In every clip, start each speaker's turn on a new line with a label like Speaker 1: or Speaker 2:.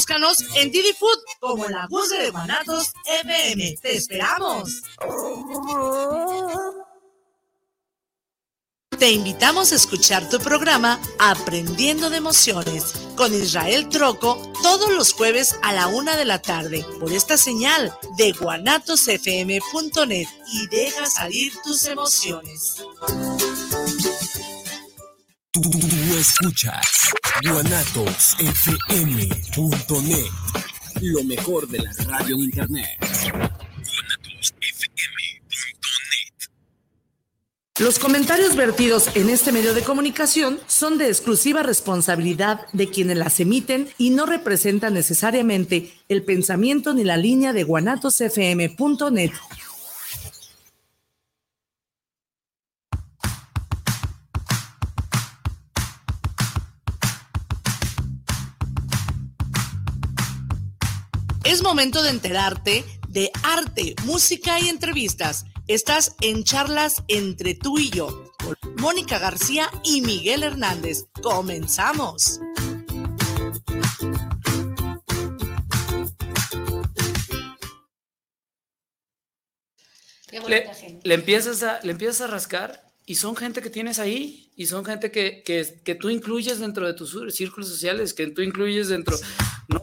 Speaker 1: Búscanos en Didi Food como La Voz de Guanatos FM. ¡Te esperamos! Te invitamos a escuchar tu programa Aprendiendo de Emociones con Israel Troco todos los jueves a la 1:00 p.m. por esta señal de guanatosfm.net y deja salir tus emociones.
Speaker 2: Tú escuchas guanatosfm.net, lo mejor de la radio en internet.
Speaker 1: Los comentarios vertidos en este medio de comunicación son de exclusiva responsabilidad de quienes las emiten y no representan necesariamente el pensamiento ni la línea de guanatosfm.net. Es momento de enterarte de arte, música y entrevistas. Estás en Charlas entre tú y yo, con Mónica García y Miguel Hernández. ¡Comenzamos!
Speaker 3: Le empiezas a rascar y son gente que tienes ahí y son gente que tú incluyes dentro de tus círculos sociales, que tú incluyes dentro... ¿no?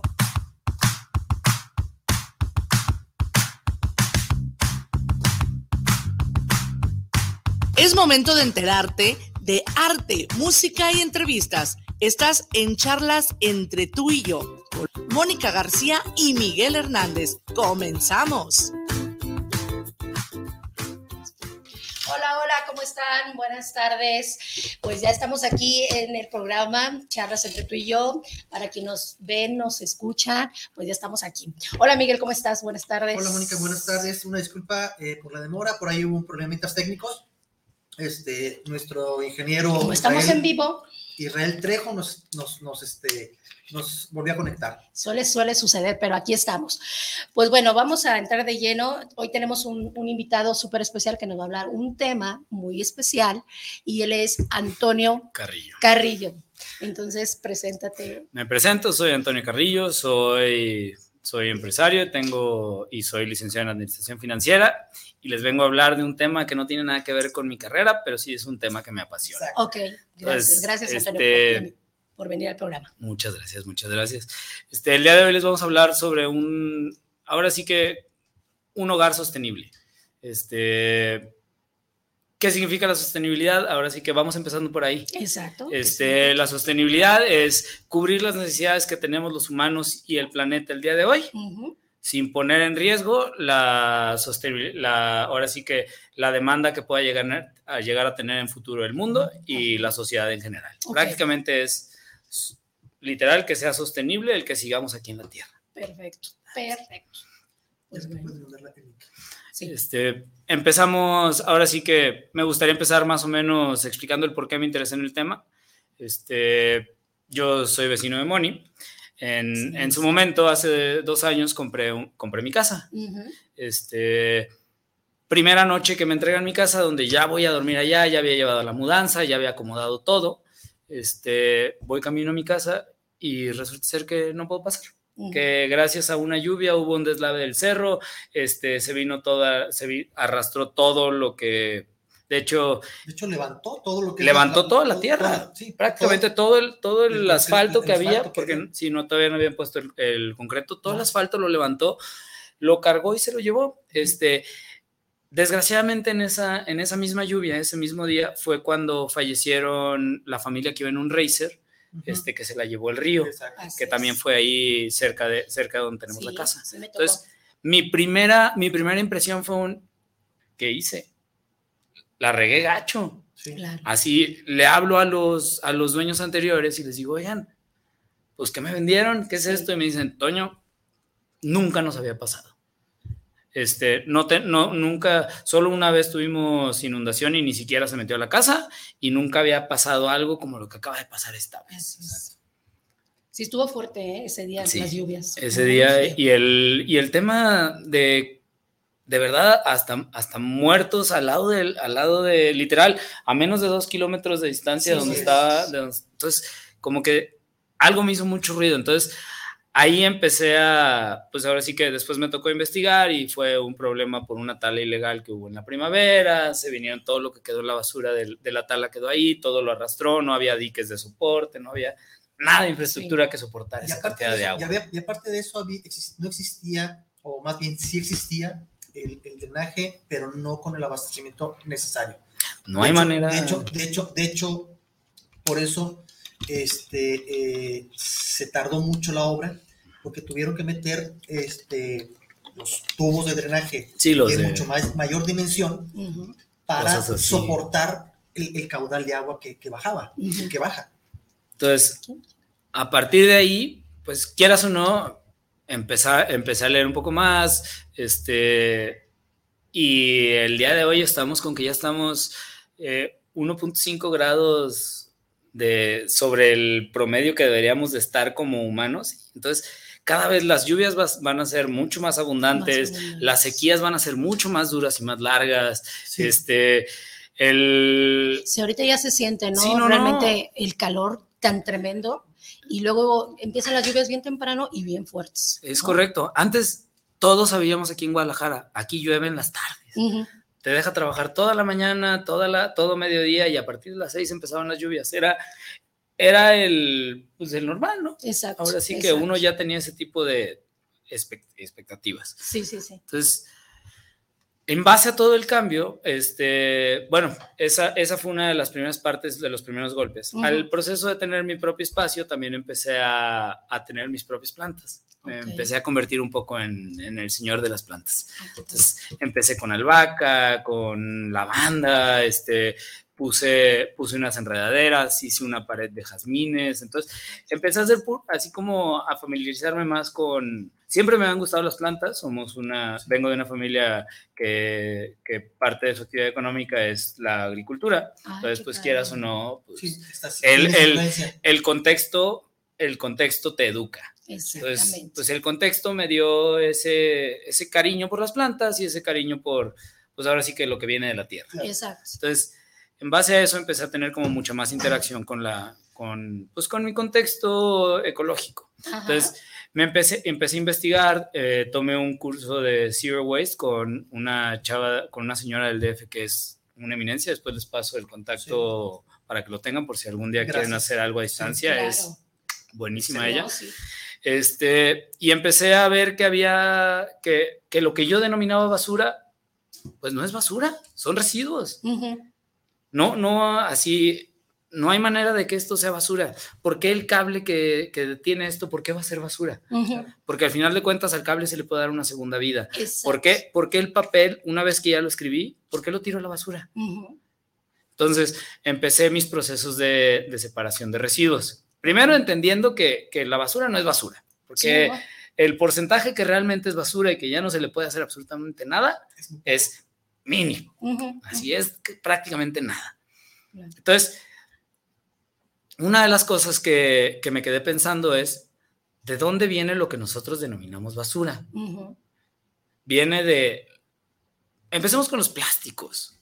Speaker 1: Es momento de enterarte de arte, música y entrevistas. Estás en Charlas entre tú y yo, con Mónica García y Miguel Hernández. ¡Comenzamos!
Speaker 4: Hola, ¿cómo están? Buenas tardes. Pues ya estamos aquí en el programa Charlas entre tú y yo. Para quien nos ven, nos escucha, pues ya estamos aquí. Hola, Miguel, ¿cómo estás? Buenas tardes.
Speaker 5: Hola, Mónica, buenas tardes. Una disculpa por la demora, por ahí hubo un problemitas técnicos. Nuestro ingeniero
Speaker 4: como estamos en vivo,
Speaker 5: Israel Trejo nos volvió a conectar.
Speaker 4: Suele suceder, pero aquí estamos. Pues bueno, vamos a entrar de lleno. Hoy tenemos un invitado súper especial que nos va a hablar un tema muy especial y él es Antonio Carrillo. Entonces, preséntate.
Speaker 3: Me presento, soy Antonio Carrillo, soy empresario, soy licenciado en Administración Financiera y les vengo a hablar de un tema que no tiene nada que ver con mi carrera, pero sí es un tema que me apasiona.
Speaker 4: Ok, gracias. Gracias, Antonio, por venir al programa.
Speaker 3: Muchas gracias. El día de hoy les vamos a hablar sobre un hogar sostenible. ¿Qué significa la sostenibilidad? Ahora sí que vamos empezando por ahí.
Speaker 4: Exacto.
Speaker 3: La sostenibilidad es cubrir las necesidades que tenemos los humanos y el planeta el día de hoy, sin poner en riesgo la demanda que pueda llegar a tener en futuro el mundo y la sociedad en general. Okay. Prácticamente es literal que sea sostenible el que sigamos aquí en la Tierra.
Speaker 4: Perfecto. Pues bueno.
Speaker 3: Sí. Empezamos, ahora sí que me gustaría empezar más o menos explicando el por qué me interesé en el tema. Yo soy vecino de Moni. En su momento, hace 2 años, compré mi casa. Primera noche que me entregan mi casa, donde ya voy a dormir allá, ya había llevado la mudanza, ya había acomodado todo. Voy camino a mi casa y resulta ser que no puedo pasar. Que gracias a una lluvia hubo un deslave del cerro, arrastró todo lo que, de hecho
Speaker 5: levantó todo lo que
Speaker 3: toda la tierra, prácticamente todo el asfalto que había, porque si no, todavía no habían puesto el concreto, todo el asfalto lo levantó, lo cargó y se lo llevó. Desgraciadamente en esa misma lluvia, ese mismo día, fue cuando fallecieron la familia que iba en un racer, que se la llevó el río. Exacto. Que también fue ahí cerca de donde tenemos la casa. Entonces, mi primera impresión fue ¿qué hice? La regué gacho. Sí. Claro. Así le hablo a los dueños anteriores y les digo, oigan, pues ¿qué me vendieron? ¿Qué es esto? Y me dicen, Toño, nunca nos había pasado. Nunca, solo una vez tuvimos inundación y ni siquiera se metió a la casa y nunca había pasado algo como lo que acaba de pasar esta vez.
Speaker 4: Sí, estuvo fuerte ese día, las lluvias.
Speaker 3: Ese día, y el tema de verdad, hasta muertos al lado de literal, a menos de 2 kilómetros de distancia donde estaba. Entonces, como que algo me hizo mucho ruido. Entonces, ahí empecé pues ahora sí que después me tocó investigar y fue un problema por una tala ilegal que hubo en la primavera, se vinieron todo lo que quedó en la basura de la tala quedó ahí, todo lo arrastró, no había diques de soporte, no había nada de infraestructura que soportara esa cantidad de agua.
Speaker 5: Y aparte de eso, no existía, o más bien sí existía, el drenaje, pero no con el abastecimiento necesario.
Speaker 3: No hay manera.
Speaker 5: De hecho, por eso se tardó mucho la obra, porque tuvieron que meter los tubos de drenaje de mucho mayor dimensión para soportar el caudal de agua que bajaba, que baja.
Speaker 3: Entonces, a partir de ahí, pues quieras o no, empecé a leer un poco más, y el día de hoy estamos con que ya estamos 1.5 grados sobre el promedio que deberíamos de estar como humanos. Entonces, cada vez las lluvias van a ser mucho más abundantes, las sequías van a ser mucho más duras y más largas. Sí.
Speaker 4: Sí, ahorita ya se siente, ¿no? Sí, realmente el calor tan tremendo, y luego empiezan las lluvias bien temprano y bien fuertes.
Speaker 3: Es correcto. Antes todos sabíamos aquí en Guadalajara, aquí llueve en las tardes. Te deja trabajar toda la mañana, todo mediodía, y a partir de las 6 empezaban las lluvias. Era el normal, ¿no?
Speaker 4: Exacto.
Speaker 3: Ahora sí que uno ya tenía ese tipo de expectativas.
Speaker 4: Sí.
Speaker 3: Entonces, en base a todo el cambio, esa fue una de las primeras partes, de los primeros golpes. Al proceso de tener mi propio espacio, también empecé a tener mis propias plantas. Me empecé a convertir un poco en el señor de las plantas. Entonces, empecé con albahaca, con lavanda, puse unas enredaderas, hice una pared de jazmines. Entonces, empecé a hacer así como a familiarizarme más con... Siempre me han gustado las plantas. Vengo de una familia que parte de su actividad económica es la agricultura. Entonces, pues quieras o no, pues, sí, el contexto te educa. Entonces, pues el contexto me dio ese cariño por las plantas y ese cariño por, pues ahora sí que lo que viene de la tierra.
Speaker 4: Exacto.
Speaker 3: Entonces, en base a eso empecé a tener como mucha más interacción con mi contexto ecológico. Ajá. Entonces, empecé a investigar, tomé un curso de Zero Waste con una señora del DF que es una eminencia. Después les paso el contacto para que lo tengan por si algún día quieren hacer algo a distancia. Sí, claro. Es buenísima ella. Sí. Y empecé a ver que lo que yo denominaba basura, pues no es basura, son residuos. No, así, no hay manera de que esto sea basura. ¿Por qué el cable que detiene esto, por qué va a ser basura? Porque al final de cuentas al cable se le puede dar una segunda vida. ¿Por qué el papel, una vez que ya lo escribí, por qué lo tiro a la basura? Entonces, empecé mis procesos de separación de residuos. Primero entendiendo que la basura no es basura, porque el porcentaje que realmente es basura y que ya no se le puede hacer absolutamente nada es mínimo. Así es, que prácticamente nada. Entonces, una de las cosas que me quedé pensando es, ¿de dónde viene lo que nosotros denominamos basura? Viene empecemos con los plásticos.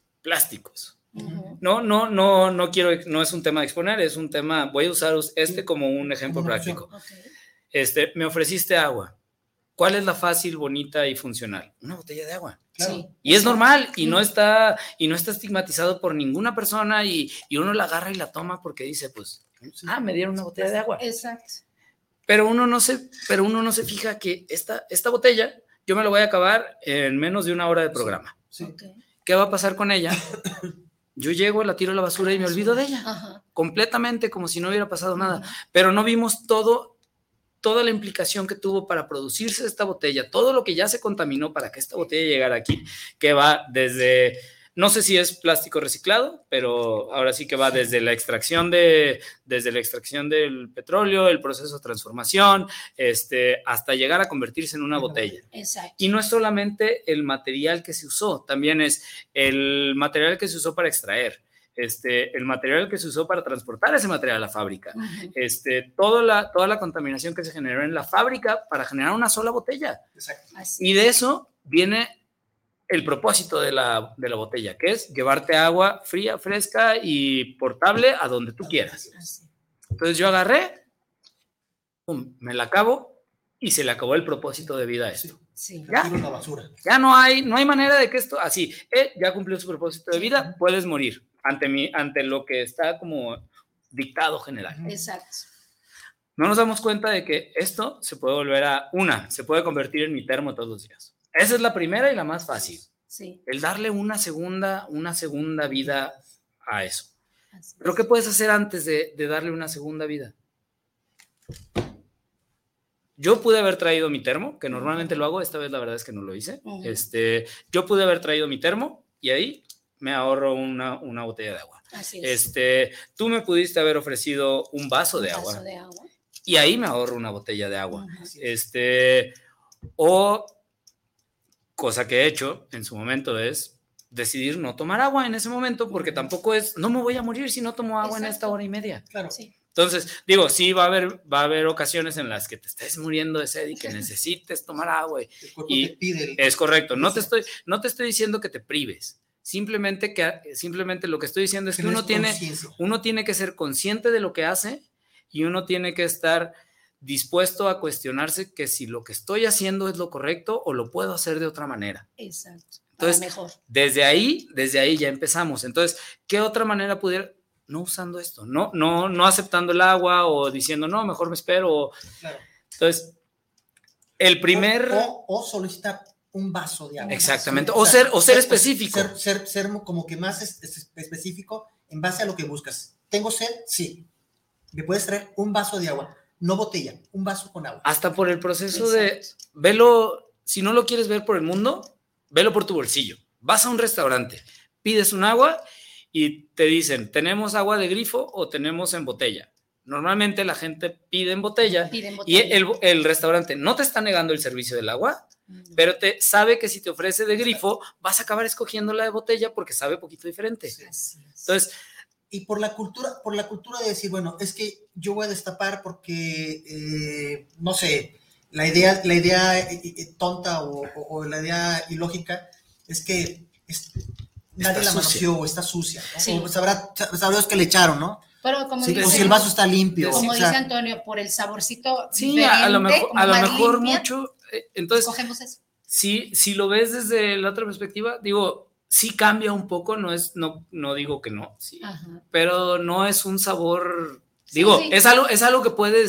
Speaker 3: No quiero, no es un tema de exponer, es un tema, voy a usar como un ejemplo práctico. Me ofreciste agua. ¿Cuál es la fácil, bonita y funcional? Una botella de agua. Claro. Y es normal y no está estigmatizado por ninguna persona y uno la agarra y la toma porque dice, pues, me dieron una botella de agua.
Speaker 4: Exacto.
Speaker 3: Pero uno no se fija que esta botella yo me la voy a acabar en menos de una hora de programa.
Speaker 5: Sí.
Speaker 3: ¿Qué va a pasar con ella? Yo llego, la tiro a la basura y me olvido de ella. Completamente, como si no hubiera pasado nada. Pero no vimos toda la implicación que tuvo para producirse esta botella, todo lo que ya se contaminó para que esta botella llegara aquí, que va desde, no sé si es plástico reciclado, pero ahora sí que va desde la extracción del petróleo, el proceso de transformación, hasta llegar a convertirse en una botella.
Speaker 4: Exacto.
Speaker 3: Y no es solamente el material que se usó, también es el material que se usó para extraer. El material que se usó para transportar ese material a la fábrica, toda la contaminación que se generó en la fábrica para generar una sola botella.
Speaker 5: Exacto.
Speaker 3: Y de eso viene el propósito de la botella, que es llevarte agua fría, fresca y portable a donde tú quieras. Entonces yo agarré, me la acabo y se le acabó el propósito de vida a esto.
Speaker 4: Sí.
Speaker 3: Ya no hay manera de que esto, así, ya cumplió su propósito de vida, puedes morir ante lo que está como dictado general.
Speaker 4: Exacto.
Speaker 3: No nos damos cuenta de que esto se puede volver se puede convertir en mi termo todos los días. Esa es la primera y la más fácil.
Speaker 4: Sí.
Speaker 3: El darle una segunda vida a eso. Pero ¿qué puedes hacer antes de darle una segunda vida? Yo pude haber traído mi termo, que normalmente lo hago, esta vez la verdad es que no lo hice. Yo pude haber traído mi termo y ahí me ahorro una botella de agua.
Speaker 4: Así es.
Speaker 3: Tú me pudiste haber ofrecido un vaso de agua. Y ahí me ahorro una botella de agua. O cosa que he hecho en su momento es decidir no tomar agua en ese momento, porque tampoco no me voy a morir si no tomo agua. Exacto. En esta hora y media.
Speaker 5: Claro. Sí.
Speaker 3: Entonces, digo, sí va a haber ocasiones en las que te estés muriendo de sed y que necesites tomar agua. Y te pide es correcto. No te estoy diciendo que te prives. Simplemente lo que estoy diciendo es que uno tiene que ser consciente de lo que hace y uno tiene que estar dispuesto a cuestionarse que si lo que estoy haciendo es lo correcto o lo puedo hacer de otra manera.
Speaker 4: Exacto.
Speaker 3: Entonces,
Speaker 4: mejor.
Speaker 3: Desde ahí ya empezamos. Entonces, ¿qué otra manera pudiera? No usando esto, no aceptando el agua o diciendo, no, mejor me espero. Claro. Entonces, el primer...
Speaker 5: O solicitar un vaso de agua.
Speaker 3: Exactamente, o ser específico.
Speaker 5: Ser como que más específico en base a lo que buscas. ¿Tengo sed? Sí. ¿Me puedes traer un vaso de agua? No botella, un vaso con agua.
Speaker 3: Hasta por el proceso de... Velo, si no lo quieres ver por el mundo, velo por tu bolsillo. Vas a un restaurante, pides un agua y te dicen, ¿tenemos agua de grifo o tenemos en botella? Normalmente la gente pide en botella. Y el restaurante no te está negando el servicio del agua, pero sabe que si te ofrece de grifo, vas a acabar escogiendo la de botella porque sabe poquito diferente. Sí. Entonces...
Speaker 5: Y por la cultura de decir, bueno, es que yo voy a destapar porque, no sé, la idea tonta o la idea ilógica es que nadie la manoseó o está sucia, ¿no? Sí. O sabrá que le echaron, ¿no?
Speaker 4: Pero como
Speaker 5: dice, o si el vaso está limpio.
Speaker 4: Como dice Antonio, por el saborcito
Speaker 3: sí, a lo mejor limpia, mucho. Entonces,
Speaker 4: escogemos eso.
Speaker 3: Si lo ves desde la otra perspectiva, digo, sí cambia un poco, no digo que no, sí, pero no es un sabor, digo, sí. Es algo que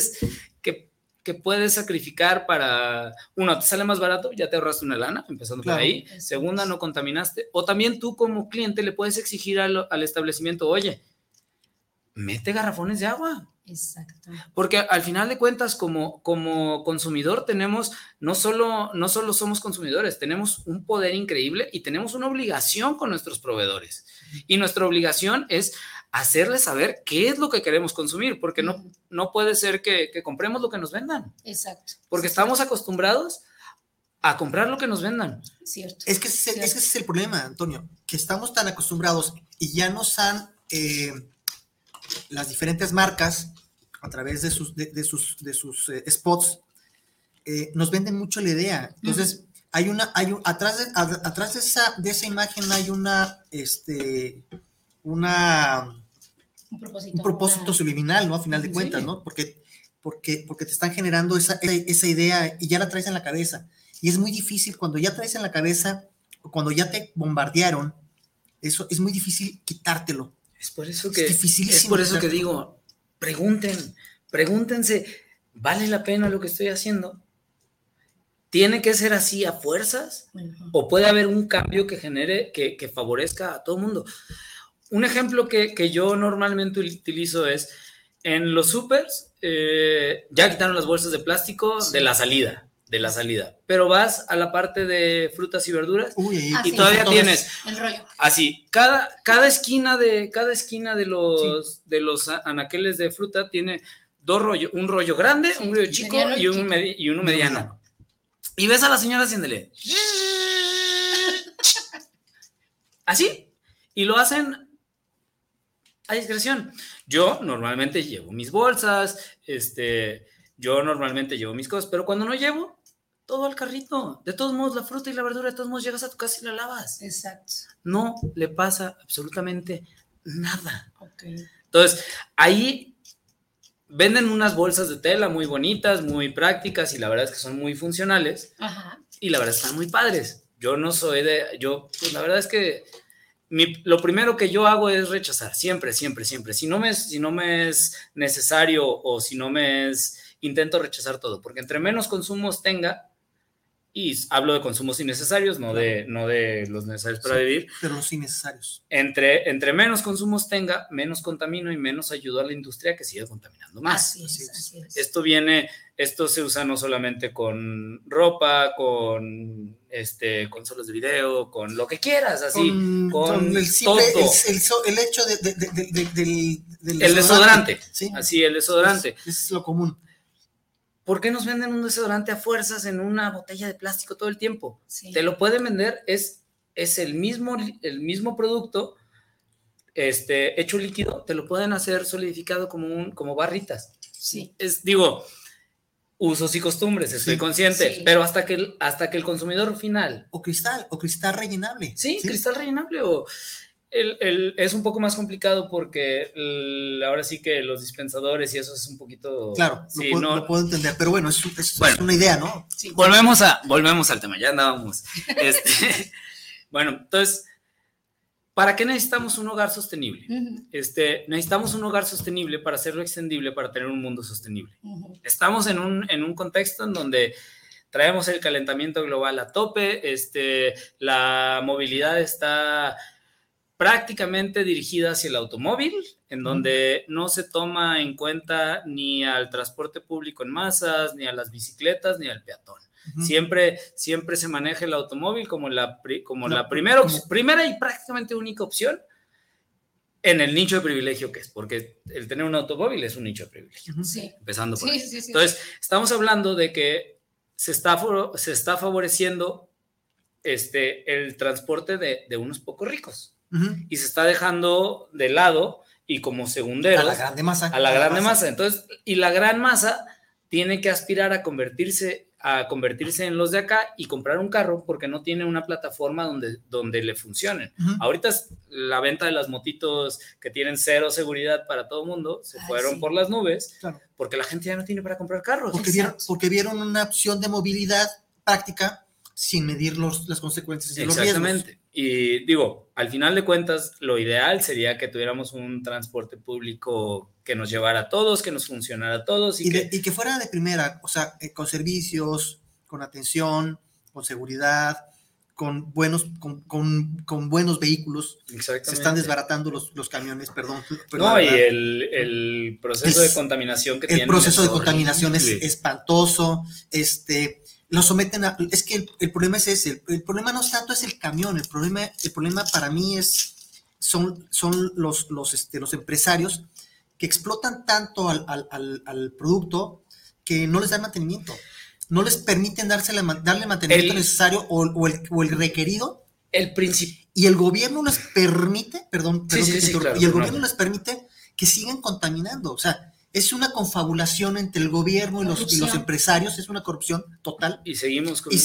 Speaker 3: puedes sacrificar para, uno, te sale más barato, ya te ahorraste una lana, empezando por ahí, segunda, no contaminaste, o también tú como cliente le puedes exigir al establecimiento, oye, mete garrafones de agua.
Speaker 4: Exacto.
Speaker 3: Porque al final de cuentas, como consumidor tenemos, no solo somos consumidores, tenemos un poder increíble y tenemos una obligación con nuestros proveedores. Y nuestra obligación es hacerles saber qué es lo que queremos consumir, porque no puede ser que compremos lo que nos vendan.
Speaker 4: Exacto.
Speaker 3: Porque estamos acostumbrados a comprar lo que nos vendan.
Speaker 4: Cierto.
Speaker 5: Es que ese es el problema, Antonio, que estamos tan acostumbrados y ya nos han... las diferentes marcas a través de sus spots nos venden mucho la idea. Entonces atrás de esa imagen hay un propósito subliminal, ¿no? A final de cuentas, ¿no? Porque te están generando esa idea y ya la traes en la cabeza. Y es muy difícil cuando ya traes en la cabeza, cuando ya te bombardearon, eso es muy difícil quitártelo.
Speaker 3: Es por eso que digo, pregúntense, ¿vale la pena lo que estoy haciendo? ¿Tiene que ser así a fuerzas? ¿O puede haber un cambio que genere, que favorezca a todo el mundo? Un ejemplo que yo normalmente utilizo es, en los supers, ya quitaron las bolsas de plástico de la salida, pero vas a la parte de frutas y verduras y todavía tienes
Speaker 4: el rollo.
Speaker 3: Así, cada esquina de los anaqueles de fruta tiene dos rollos, un rollo grande, un rollo chico y uno mediano. Y ves a la señora haciéndole así, y lo hacen a discreción. Yo normalmente llevo mis bolsas, yo normalmente llevo mis cosas, pero cuando no llevo, todo al carrito. De todos modos, la fruta y la verdura, de todos modos, llegas a tu casa y la lavas.
Speaker 4: Exacto.
Speaker 3: No le pasa absolutamente nada.
Speaker 4: Okay.
Speaker 3: Entonces, ahí venden unas bolsas de tela muy bonitas, muy prácticas y la verdad es que son muy funcionales.
Speaker 4: Ajá.
Speaker 3: Y la verdad están muy padres. Yo no soy pues la verdad es que lo primero que yo hago es rechazar, siempre. Si no me es necesario o si no me es, intento rechazar todo, porque entre menos consumos tenga, y hablo de consumos innecesarios, no de los necesarios para vivir.
Speaker 5: Pero los innecesarios.
Speaker 3: Entre menos consumos tenga, menos contamino y menos ayudo a la industria que sigue contaminando más.
Speaker 4: Así es.
Speaker 3: Esto se usa no solamente con ropa, con consolas de video, con lo que quieras, así, con
Speaker 5: el simple, el hecho del
Speaker 3: el desodorante.
Speaker 5: ¿Sí?
Speaker 3: Así, el desodorante.
Speaker 5: Es lo común.
Speaker 3: ¿Por qué nos venden un desodorante a fuerzas en una botella de plástico todo el tiempo?
Speaker 4: Sí.
Speaker 3: Te lo pueden vender, es el mismo producto, hecho líquido, te lo pueden hacer solidificado como barritas.
Speaker 4: Sí.
Speaker 3: Usos y costumbres, estoy consciente, pero hasta que el consumidor final...
Speaker 5: O cristal rellenable.
Speaker 3: Sí, cristal rellenable es un poco más complicado porque ahora sí que los dispensadores y eso es un poquito...
Speaker 5: Claro,
Speaker 3: sí,
Speaker 5: lo puedo entender, pero bueno, es una idea, ¿no?
Speaker 3: Sí. Volvemos al tema, ya andábamos. Bueno, entonces, ¿para qué necesitamos un hogar sostenible?
Speaker 4: Uh-huh.
Speaker 3: Necesitamos un hogar sostenible para hacerlo extendible, para tener un mundo sostenible. Uh-huh. Estamos en un contexto en donde traemos el calentamiento global a tope, la movilidad está prácticamente dirigida hacia el automóvil, en donde no se toma en cuenta ni al transporte público en masas, ni a las bicicletas, ni al peatón. Uh-huh. Siempre se maneja el automóvil como la primera y prácticamente única opción en el nicho de privilegio que es, porque el tener un automóvil es un nicho de privilegio.
Speaker 4: Sí.
Speaker 3: Empezando por ahí. Sí. Entonces, estamos hablando de que se está favoreciendo el transporte de unos pocos ricos. Uh-huh. Y se está dejando de lado y como segunderos
Speaker 5: a la grande masa.
Speaker 3: Entonces, y la gran masa tiene que aspirar a convertirse en los de acá y comprar un carro porque no tiene una plataforma donde le funcionen. Uh-huh. Ahorita la venta de las motitos que tienen cero seguridad para todo el mundo se fueron por las nubes, claro, porque la gente ya no tiene para comprar carros.
Speaker 5: Porque vieron una opción de movilidad práctica sin medir las consecuencias y los riesgos.
Speaker 3: Exactamente. Y al final de cuentas, lo ideal sería que tuviéramos un transporte público que nos llevara a todos, que nos funcionara a todos. Y
Speaker 5: que fuera de primera, o sea, con servicios, con atención, con seguridad, con buenos vehículos.
Speaker 3: Exactamente.
Speaker 5: Se están desbaratando los camiones, perdón.
Speaker 3: No, y el proceso de contaminación que tienen.
Speaker 5: El proceso de contaminación es espantoso, lo someten a... Es que el problema es ese. El problema no tanto es el camión. El problema para mí son los empresarios que explotan tanto al producto que no les dan mantenimiento. No les permiten darle mantenimiento necesario o el requerido. Y el gobierno les permite, gobierno les permite que sigan contaminando. O sea, es una confabulación entre el gobierno y los empresarios, es una corrupción total.
Speaker 3: Y seguimos con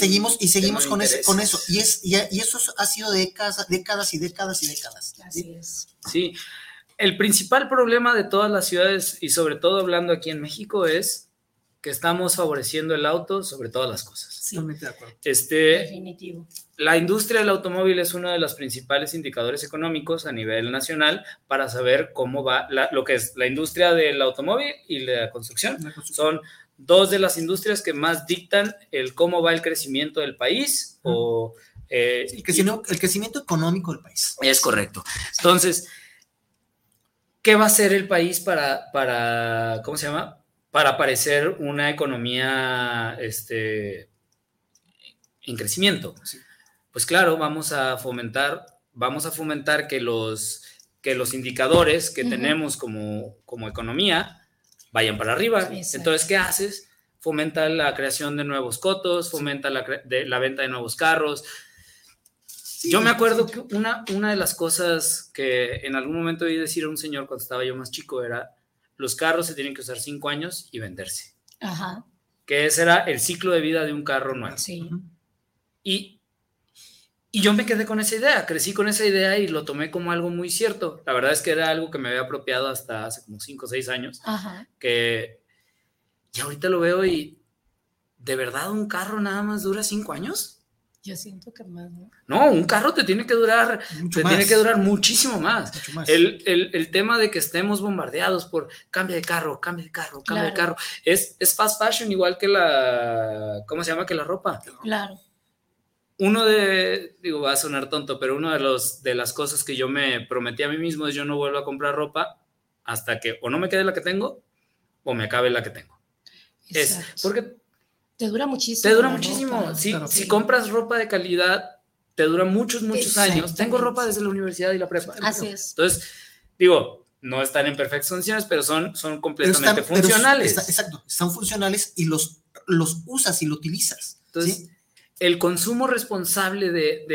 Speaker 5: eso. Y eso ha sido décadas y décadas.
Speaker 4: Así es.
Speaker 3: Sí. El principal problema de todas las ciudades, y sobre todo hablando aquí en México, es que estamos favoreciendo el auto sobre todas las cosas.
Speaker 4: Sí.
Speaker 5: Totalmente de acuerdo.
Speaker 4: Definitivo.
Speaker 3: La industria del automóvil es uno de los principales indicadores económicos a nivel nacional para saber cómo va lo que es la industria del automóvil y la construcción. Son dos de las industrias que más dictan cómo va el crecimiento del país
Speaker 5: el crecimiento económico del país.
Speaker 3: Es correcto. Entonces, ¿qué va a hacer el país para ¿cómo se llama? Para parecer una economía en crecimiento? Sí. Pues claro, vamos a fomentar que los indicadores que tenemos como economía vayan para arriba. Exacto. Entonces, ¿qué haces? Fomenta la creación de nuevos cotos, fomenta la venta de nuevos carros. Sí, yo me acuerdo que una de las cosas que en algún momento oí decir a un señor cuando estaba yo más chico era: los carros se tienen que usar 5 años y venderse.
Speaker 4: Ajá.
Speaker 3: Que ese era el ciclo de vida de un carro nuevo.
Speaker 4: Sí.
Speaker 3: Y Y yo me quedé con esa idea, crecí con esa idea y lo tomé como algo muy cierto. La verdad es que era algo que me había apropiado hasta hace como 5 o 6 años, que y ahorita lo veo y ¿de verdad un carro nada más dura 5 años?
Speaker 4: Yo siento que más, ¿no?
Speaker 3: No, un carro te tiene que durar muchísimo más.
Speaker 5: Mucho más.
Speaker 3: El tema de que estemos bombardeados por cambia de carro, es fast fashion igual que ¿cómo se llama? Que la ropa.
Speaker 4: Claro.
Speaker 3: Va a sonar tonto, pero una de las cosas que yo me prometí a mí mismo es yo no vuelvo a comprar ropa hasta que o no me quede la que tengo o me acabe la que tengo. Porque
Speaker 4: te dura muchísimo.
Speaker 3: Te dura muchísimo. Si compras ropa de calidad, te dura muchos años. Tengo ropa desde la universidad y la prepa.
Speaker 4: Así es.
Speaker 3: Entonces, no están en perfectas condiciones, pero son completamente funcionales.
Speaker 5: Exacto, están funcionales y los usas y lo utilizas.
Speaker 3: Entonces, ¿sí? El consumo responsable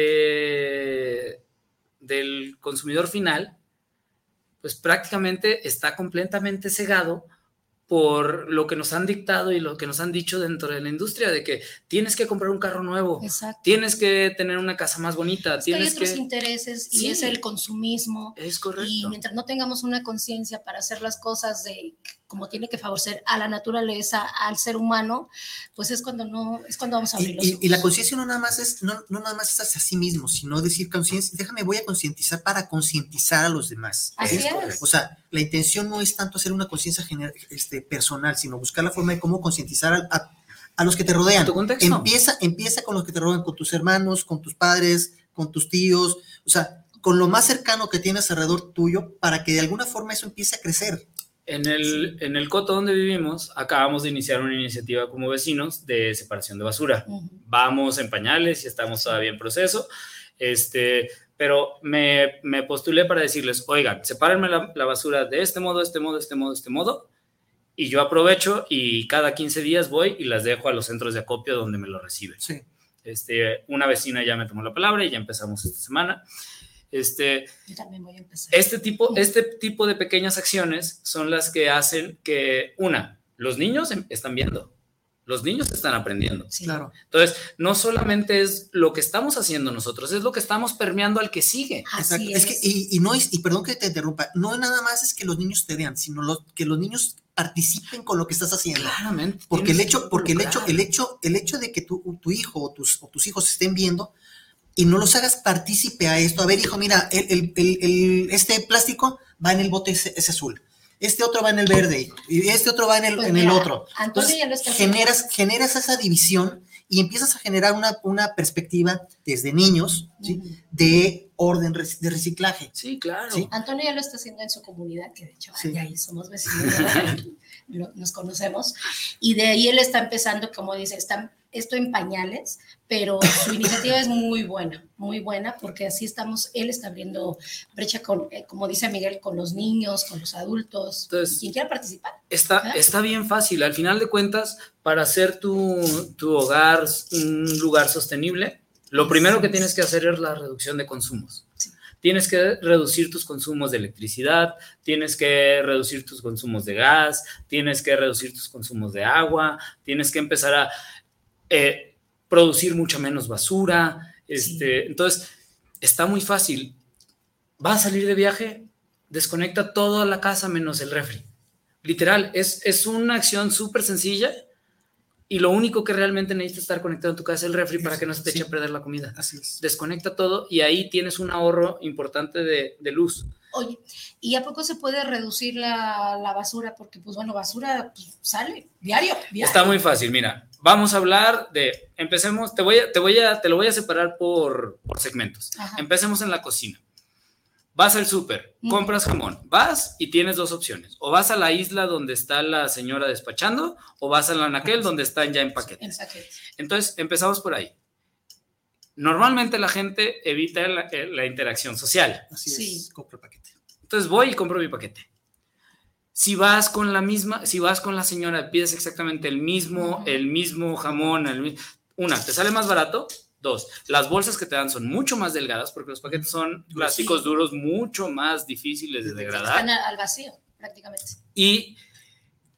Speaker 3: del consumidor final, pues prácticamente está completamente cegado por lo que nos han dictado y lo que nos han dicho dentro de la industria, de que tienes que comprar un carro nuevo, tienes que tener una casa más bonita.
Speaker 4: Hay otros intereses y es el consumismo.
Speaker 3: Es correcto.
Speaker 4: Y mientras no tengamos una conciencia para hacer las cosas como tiene que favorecer a la naturaleza, al ser humano, pues es cuando vamos a abrir los ojos.
Speaker 5: Y la conciencia no nada más es hacia sí mismo, sino decir conciencia, voy a concientizar para concientizar a los demás.
Speaker 4: Así es.
Speaker 5: O sea, la intención no es tanto hacer una conciencia personal, sino buscar la forma de cómo concientizar a los que te rodean.
Speaker 3: ¿Tu contexto?
Speaker 5: Empieza con los que te rodean, con tus hermanos, con tus padres, con tus tíos, o sea, con lo más cercano que tienes alrededor tuyo, para que de alguna forma eso empiece a crecer.
Speaker 3: En el coto donde vivimos, acabamos de iniciar una iniciativa como vecinos de separación de basura. Vamos en pañales y estamos todavía en proceso, pero me postulé para decirles, oigan, sepárenme la basura de este modo, y yo aprovecho y cada 15 días voy y las dejo a los centros de acopio donde me lo reciben.
Speaker 5: Sí.
Speaker 3: Una vecina ya me tomó la palabra y ya empezamos esta semana.
Speaker 4: Yo también voy a empezar.
Speaker 3: Este tipo de pequeñas acciones son las que hacen que, los niños están viendo, los niños están aprendiendo.
Speaker 4: Sí.
Speaker 5: Claro.
Speaker 3: Entonces, no solamente es lo que estamos haciendo nosotros, es lo que estamos permeando al que sigue.
Speaker 4: Así
Speaker 5: es que, y perdón que te interrumpa, no nada más es que los niños te vean, sino que los niños participen con lo que estás haciendo.
Speaker 3: Claramente.
Speaker 5: Porque el hecho de que tu hijo o tus hijos estén viendo y no los hagas partícipe a esto. A ver, hijo, mira, este plástico va en el bote ese azul. Este otro va en el verde y este otro va en el otro.
Speaker 4: Entonces,
Speaker 5: generas esa división y empiezas a generar una perspectiva desde niños, ¿sí? De orden, de reciclaje.
Speaker 3: Sí, claro.
Speaker 5: ¿Sí?
Speaker 4: Antonio ya lo está haciendo en su comunidad, que de hecho
Speaker 5: sí.
Speaker 4: ahí somos vecinos, nos conocemos, y de ahí él está empezando, como dice, esto en pañales, pero su iniciativa es muy buena, porque así él está abriendo brecha con, como dice Miguel, con los niños, con los adultos.
Speaker 3: Entonces,
Speaker 4: quien quiera participar.
Speaker 3: Está bien fácil. Al final de cuentas, para hacer tu hogar un lugar sostenible, lo primero que tienes que hacer es la reducción de consumos.
Speaker 4: Sí.
Speaker 3: Tienes que reducir tus consumos de electricidad, tienes que reducir tus consumos de gas, tienes que reducir tus consumos de agua, tienes que empezar a producir mucha menos basura.
Speaker 4: Sí.
Speaker 3: Entonces, está muy fácil. ¿Vas a salir de viaje? Desconecta toda la casa menos el refri. Literal, es una acción súper sencilla y lo único que realmente necesitas estar conectado en tu casa es el refri para que no se te eche a perder la comida.
Speaker 5: Así es.
Speaker 3: Desconecta todo y ahí tienes un ahorro importante de luz.
Speaker 4: Oye, ¿y a poco se puede reducir la basura? Porque, pues bueno, basura sale diario.
Speaker 3: Está muy fácil, mira. Vamos a hablar empecemos, te lo voy a separar por segmentos.
Speaker 4: Ajá.
Speaker 3: Empecemos en la cocina. Vas al súper, compras jamón, vas y tienes dos opciones. O vas a la isla donde está la señora despachando, o vas a la anaquel donde están ya en paquetes. Entonces, empezamos por ahí. Normalmente la gente evita la interacción social.
Speaker 5: Así
Speaker 4: sí.
Speaker 5: Es, compro el paquete.
Speaker 3: Entonces voy y compro mi paquete. Si vas con la señora, pides exactamente el mismo jamón, te sale más barato. 2, las bolsas que te dan son mucho más delgadas porque los paquetes son plásticos duros mucho más difíciles de degradar.
Speaker 4: Están al vacío, prácticamente.
Speaker 3: Y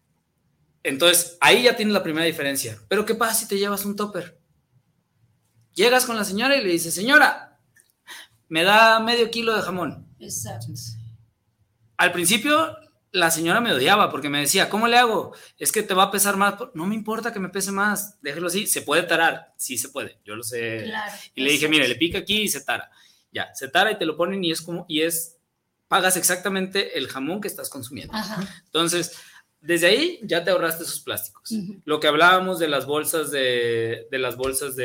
Speaker 3: entonces ahí ya tienes la primera diferencia. Pero ¿qué pasa si te llevas un tupper? Llegas con la señora y le dices, señora, me da medio kilo de jamón.
Speaker 4: Exacto.
Speaker 3: Al principio la señora me odiaba porque me decía, ¿cómo le hago? Es que te va a pesar más. No me importa que me pese más, déjelo así. ¿Se puede tarar? Sí se puede, yo lo sé.
Speaker 4: Claro,
Speaker 3: y le dije, mire, le pica aquí y se tara. Ya, se tara y te lo ponen pagas exactamente el jamón que estás consumiendo.
Speaker 4: Ajá.
Speaker 3: Entonces, desde ahí ya te ahorraste esos plásticos. Uh-huh. Lo que hablábamos de las bolsas de las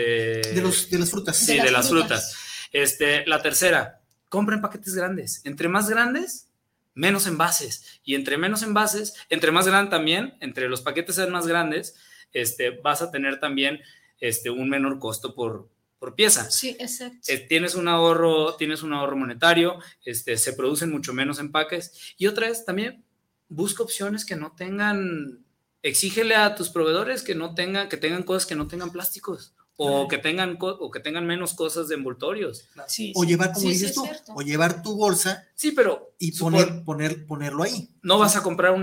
Speaker 3: frutas. Sí, de las frutas. La tercera, compren paquetes grandes. Entre más grandes, menos envases. Y entre menos envases, entre más grande también, entre los paquetes sean más grandes, vas a tener también un menor costo por pieza.
Speaker 4: Sí, exacto.
Speaker 3: Tienes un ahorro monetario, se producen mucho menos empaques. Y otra vez también, busca opciones que no tengan, exígele a tus proveedores que tengan cosas que no tengan plásticos. O que tengan menos cosas de envoltorios.
Speaker 5: Sí, o llevar, como dices tú, o llevar tu bolsa.
Speaker 3: Sí, pero
Speaker 5: y ponerlo ahí.
Speaker 3: No vas a comprar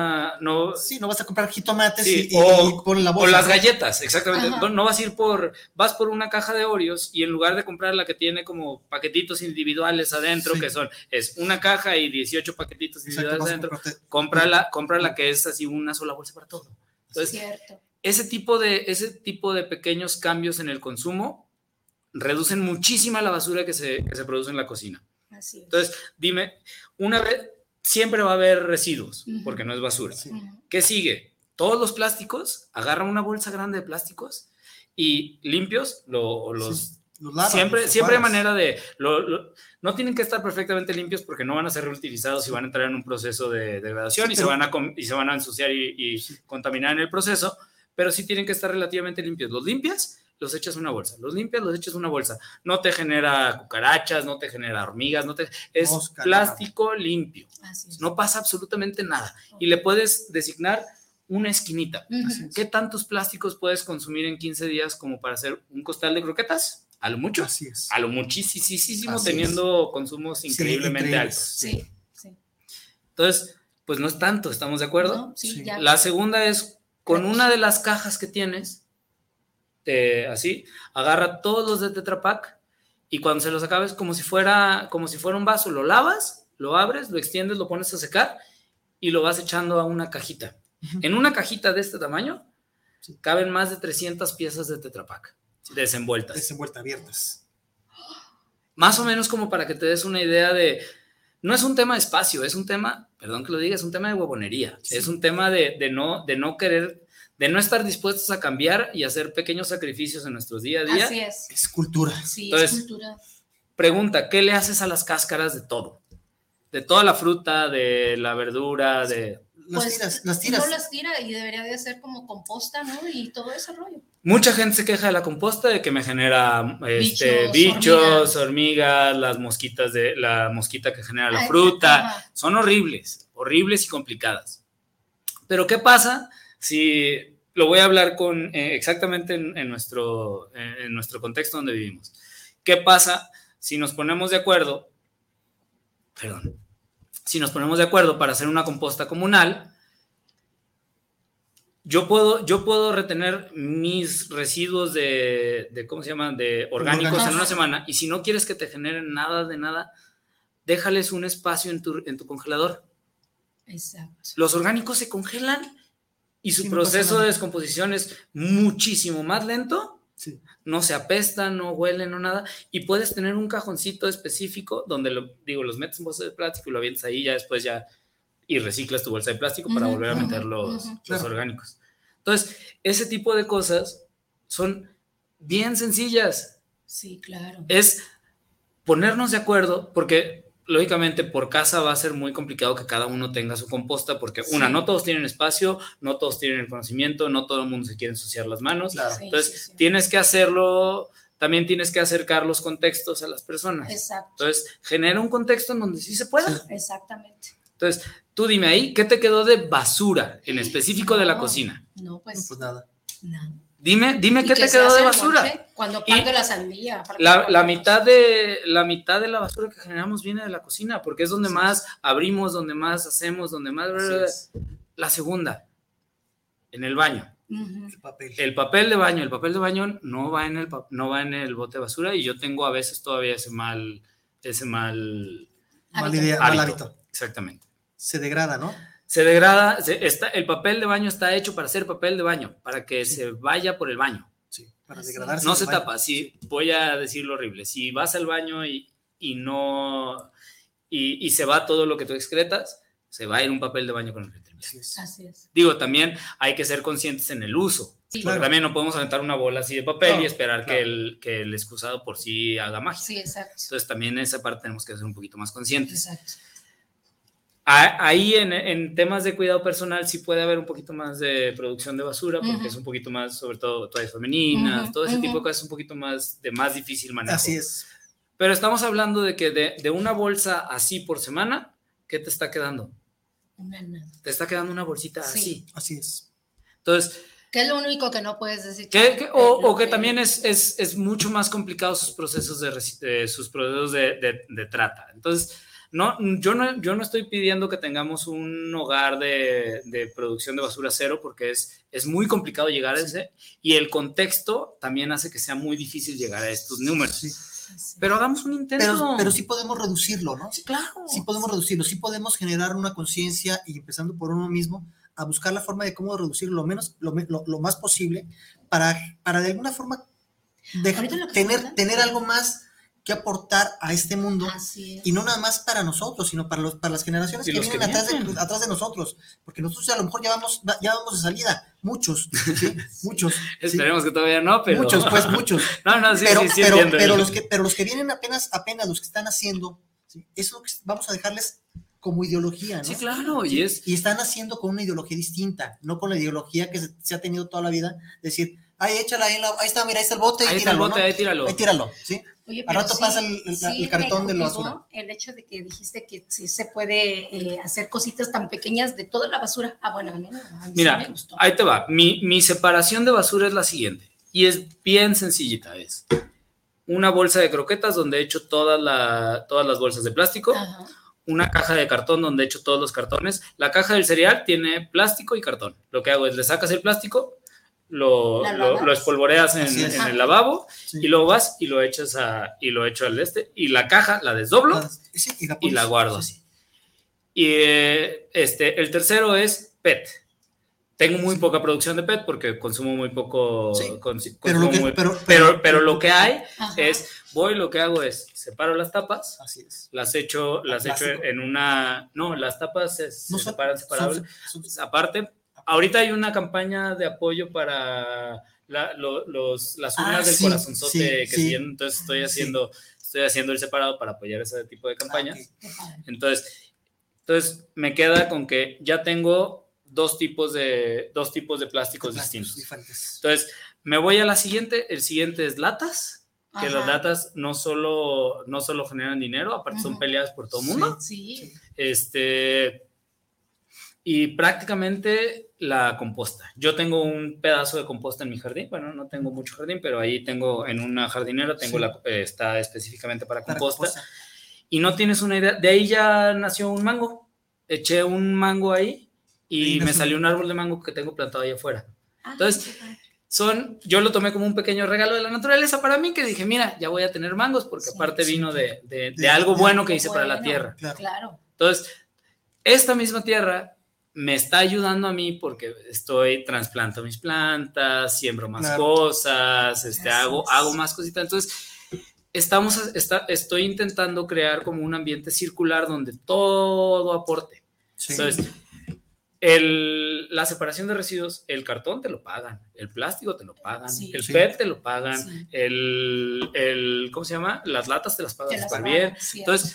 Speaker 3: no
Speaker 5: vas a comprar jitomates y
Speaker 3: poner la bolsa. O las galletas, exactamente. No vas a ir vas por una caja de Oreos y en lugar de comprar la que tiene como paquetitos individuales adentro, que es una caja y 18 paquetitos individuales adentro, compra la que es así una sola bolsa para todo. Entonces,
Speaker 4: cierto.
Speaker 3: Ese tipo de pequeños cambios en el consumo reducen muchísima la basura que se produce en la cocina.
Speaker 4: Así es.
Speaker 3: Entonces, dime, una vez, siempre va a haber residuos, porque no es basura. Sí. ¿Qué sigue? Todos los plásticos, agarra una bolsa grande de plásticos y limpios, los lavas, siempre hay manera de... no tienen que estar perfectamente limpios porque no van a ser reutilizados y van a entrar en un proceso de degradación y se van a ensuciar y contaminar en el proceso. Pero sí tienen que estar relativamente limpios. Los limpias, los echas en una bolsa. Los limpias, los echas en una bolsa. No te genera cucarachas, no te genera hormigas, es plástico limpio. No pasa absolutamente nada. Y le puedes designar una esquinita. ¿Qué tantos plásticos puedes consumir en 15 días como para hacer un costal de croquetas? A lo mucho.
Speaker 5: Así es.
Speaker 3: A lo muchísimo, teniendo consumos increíblemente altos.
Speaker 4: Sí.
Speaker 3: Entonces, pues no es tanto, ¿estamos de acuerdo?
Speaker 4: No, sí. Ya.
Speaker 3: La segunda es, con una de las cajas que tienes, así, agarra todos los de Tetra Pak y cuando se los acabes como si fuera un vaso, lo lavas, lo abres, lo extiendes, lo pones a secar y lo vas echando a una cajita. En una cajita de este tamaño caben más de 300 piezas de Tetra Pak desenvueltas, abiertas. Más o menos como para que te des una idea de... No es un tema de espacio, es un tema, perdón que lo diga, es un tema de huevonería. Sí. Es un tema de no querer, de no estar dispuestos a cambiar y hacer pequeños sacrificios en nuestros día a día.
Speaker 4: Así es.
Speaker 5: Es cultura.
Speaker 4: Sí,
Speaker 3: entonces,
Speaker 4: es cultura.
Speaker 3: Pregunta, ¿qué le haces a las cáscaras de todo? De toda la fruta, de la verdura, de...
Speaker 5: Las tiras.
Speaker 4: No las tira y debería de ser como composta, ¿no? Y todo ese rollo.
Speaker 3: Mucha gente se queja de la composta, de que me genera bichos, hormigas, la mosquita que genera la fruta. Ajá. Son horribles y complicadas. Pero ¿qué pasa si lo voy a hablar exactamente en nuestro contexto donde vivimos? ¿Qué pasa si nos ponemos de acuerdo? Si nos ponemos de acuerdo para hacer una composta comunal, yo puedo retener mis residuos de ¿cómo se llaman? De orgánicos en una semana, y si no quieres que te generen nada de nada, déjales un espacio en tu congelador.
Speaker 4: Exacto.
Speaker 3: Los orgánicos se congelan y su proceso de descomposición es muchísimo más lento.
Speaker 5: Sí.
Speaker 3: No se apestan, no huelen, no nada, y puedes tener un cajoncito específico donde los metes en bolsa de plástico y lo avientas ahí, y reciclas tu bolsa de plástico para volver a meter los orgánicos. Entonces, ese tipo de cosas son bien sencillas.
Speaker 4: Sí, claro.
Speaker 3: Es ponernos de acuerdo, porque lógicamente por casa va a ser muy complicado que cada uno tenga su composta, porque no todos tienen espacio, no todos tienen el conocimiento, no todo el mundo se quiere ensuciar las manos.
Speaker 5: Claro.
Speaker 3: Entonces, tienes que hacerlo, también tienes que acercar los contextos a las personas.
Speaker 4: Exacto.
Speaker 3: Entonces, genera un contexto en donde sí se pueda.
Speaker 4: Sí. Exactamente.
Speaker 3: Entonces, tú dime ahí, ¿qué te quedó de basura en específico de la cocina?
Speaker 4: No, pues
Speaker 5: nada.
Speaker 3: Dime qué te quedó de basura.
Speaker 4: Cuando parte la sandía.
Speaker 3: La mitad de la basura que generamos viene de la cocina, porque es donde más abrimos, donde más hacemos, donde más... La segunda, en el baño. El papel de baño no va en el bote de basura, y yo tengo a veces todavía ese mal hábito. Exactamente.
Speaker 5: Se degrada, ¿no?
Speaker 3: Se degrada. El papel de baño está hecho para ser papel de baño, para que se vaya por el baño.
Speaker 5: Sí, para degradarse.
Speaker 3: No se tapa. Sí, voy a decir lo horrible. Si vas al baño y se va todo lo que tú excretas, se va a ir un papel de baño con el retribuidor.
Speaker 4: Así es.
Speaker 3: Digo, también hay que ser conscientes en el uso. Sí, porque también no podemos aventar una bola así de papel y esperar que el excusado por sí haga magia.
Speaker 4: Sí, exacto.
Speaker 3: Entonces también en esa parte tenemos que ser un poquito más conscientes.
Speaker 4: Exacto.
Speaker 3: Ahí en temas de cuidado personal sí puede haber un poquito más de producción de basura, porque es un poquito más, sobre todo toallas femeninas, todo ese tipo de cosas es un poquito más difícil manejo.
Speaker 5: Así es.
Speaker 3: Pero estamos hablando de que de una bolsa así por semana, ¿qué te está quedando?
Speaker 4: Nada.
Speaker 3: Te está quedando una bolsita así.
Speaker 5: Así es.
Speaker 3: Entonces,
Speaker 4: ¿qué es lo único que no puedes decir?
Speaker 3: O que también es mucho más complicado sus procesos de trata. Entonces, yo no estoy pidiendo que tengamos un hogar de producción de basura cero, porque es muy complicado llegar a ese, y el contexto también hace que sea muy difícil llegar a estos números. Sí. Pero hagamos un intento.
Speaker 5: Pero sí podemos reducirlo, ¿no?
Speaker 3: Sí, claro.
Speaker 5: Sí podemos reducirlo, sí podemos generar una conciencia, y empezando por uno mismo, a buscar la forma de cómo reducirlo lo más posible para de alguna forma tener algo más que aportar a este mundo, y no nada más para nosotros, sino para las generaciones que vienen atrás de nosotros, porque nosotros a lo mejor ya vamos de salida, muchos, ¿sí? Muchos.
Speaker 3: Esperemos que todavía no, pero
Speaker 5: muchos.
Speaker 3: Sí,
Speaker 5: pero los que vienen apenas los que están haciendo, ¿sí? Eso es lo que vamos a dejarles como ideología, ¿no?
Speaker 3: Sí, claro,
Speaker 5: y están haciendo con una ideología distinta, no con la ideología que se ha tenido toda la vida, decir, échala ahí está, mira, ahí está el bote,
Speaker 3: ahí tíralo,
Speaker 5: ¿sí?
Speaker 4: Oye,
Speaker 5: al rato pasa el cartón de la basura.
Speaker 4: El hecho de que dijiste que sí se puede hacer cositas tan pequeñas de toda la basura. Bueno, a mí
Speaker 3: mira,
Speaker 4: sí me gustó.
Speaker 3: Ahí te va. Mi separación de basura es la siguiente, y es bien sencillita. Es una bolsa de croquetas donde he hecho todas las bolsas de plástico. Ajá. Una caja de cartón donde he hecho todos los cartones. La caja del cereal tiene plástico y cartón. Lo que hago es le sacas el plástico, lo espolvoreas en el lavabo, y luego vas y lo echas al y la caja la desdoblo y la guardo así. Y el tercero es PET. Tengo muy poca producción de PET porque consumo muy poco. Pero lo que hay es, lo que hago es separo las tapas, las echo en una. No, las tapas se separan separables. Aparte, ahorita hay una campaña de apoyo para las urnas del corazonzote entonces estoy haciendo el separado para apoyar ese tipo de campañas. Entonces me queda con que ya tengo dos tipos de plásticos distintos. Entonces me voy a la siguiente. El siguiente es latas, que las latas no solo generan dinero, aparte son peleadas por todo el mundo.
Speaker 4: Sí.
Speaker 3: Y prácticamente la composta. Yo tengo un pedazo de composta en mi jardín. Bueno, no tengo mucho jardín, pero ahí tengo en una jardinera, está específicamente para composta. Y no tienes una idea. De ahí ya nació un mango. Eché un mango ahí y me salió un árbol de mango que tengo plantado ahí afuera. Entonces, yo lo tomé como un pequeño regalo de la naturaleza para mí, que dije, mira, ya voy a tener mangos, porque aparte vino de algo bueno que hice para la tierra.
Speaker 4: Claro.
Speaker 3: Entonces, esta misma tierra me está ayudando a mí porque trasplanto mis plantas, siembro más cosas, hago más cositas. Entonces, estoy intentando crear como un ambiente circular donde todo aporte. Entonces, la separación de residuos, el cartón te lo pagan, el plástico te lo pagan, el PET te lo pagan, ¿cómo se llama? Las latas te las pagan súper bien. Entonces,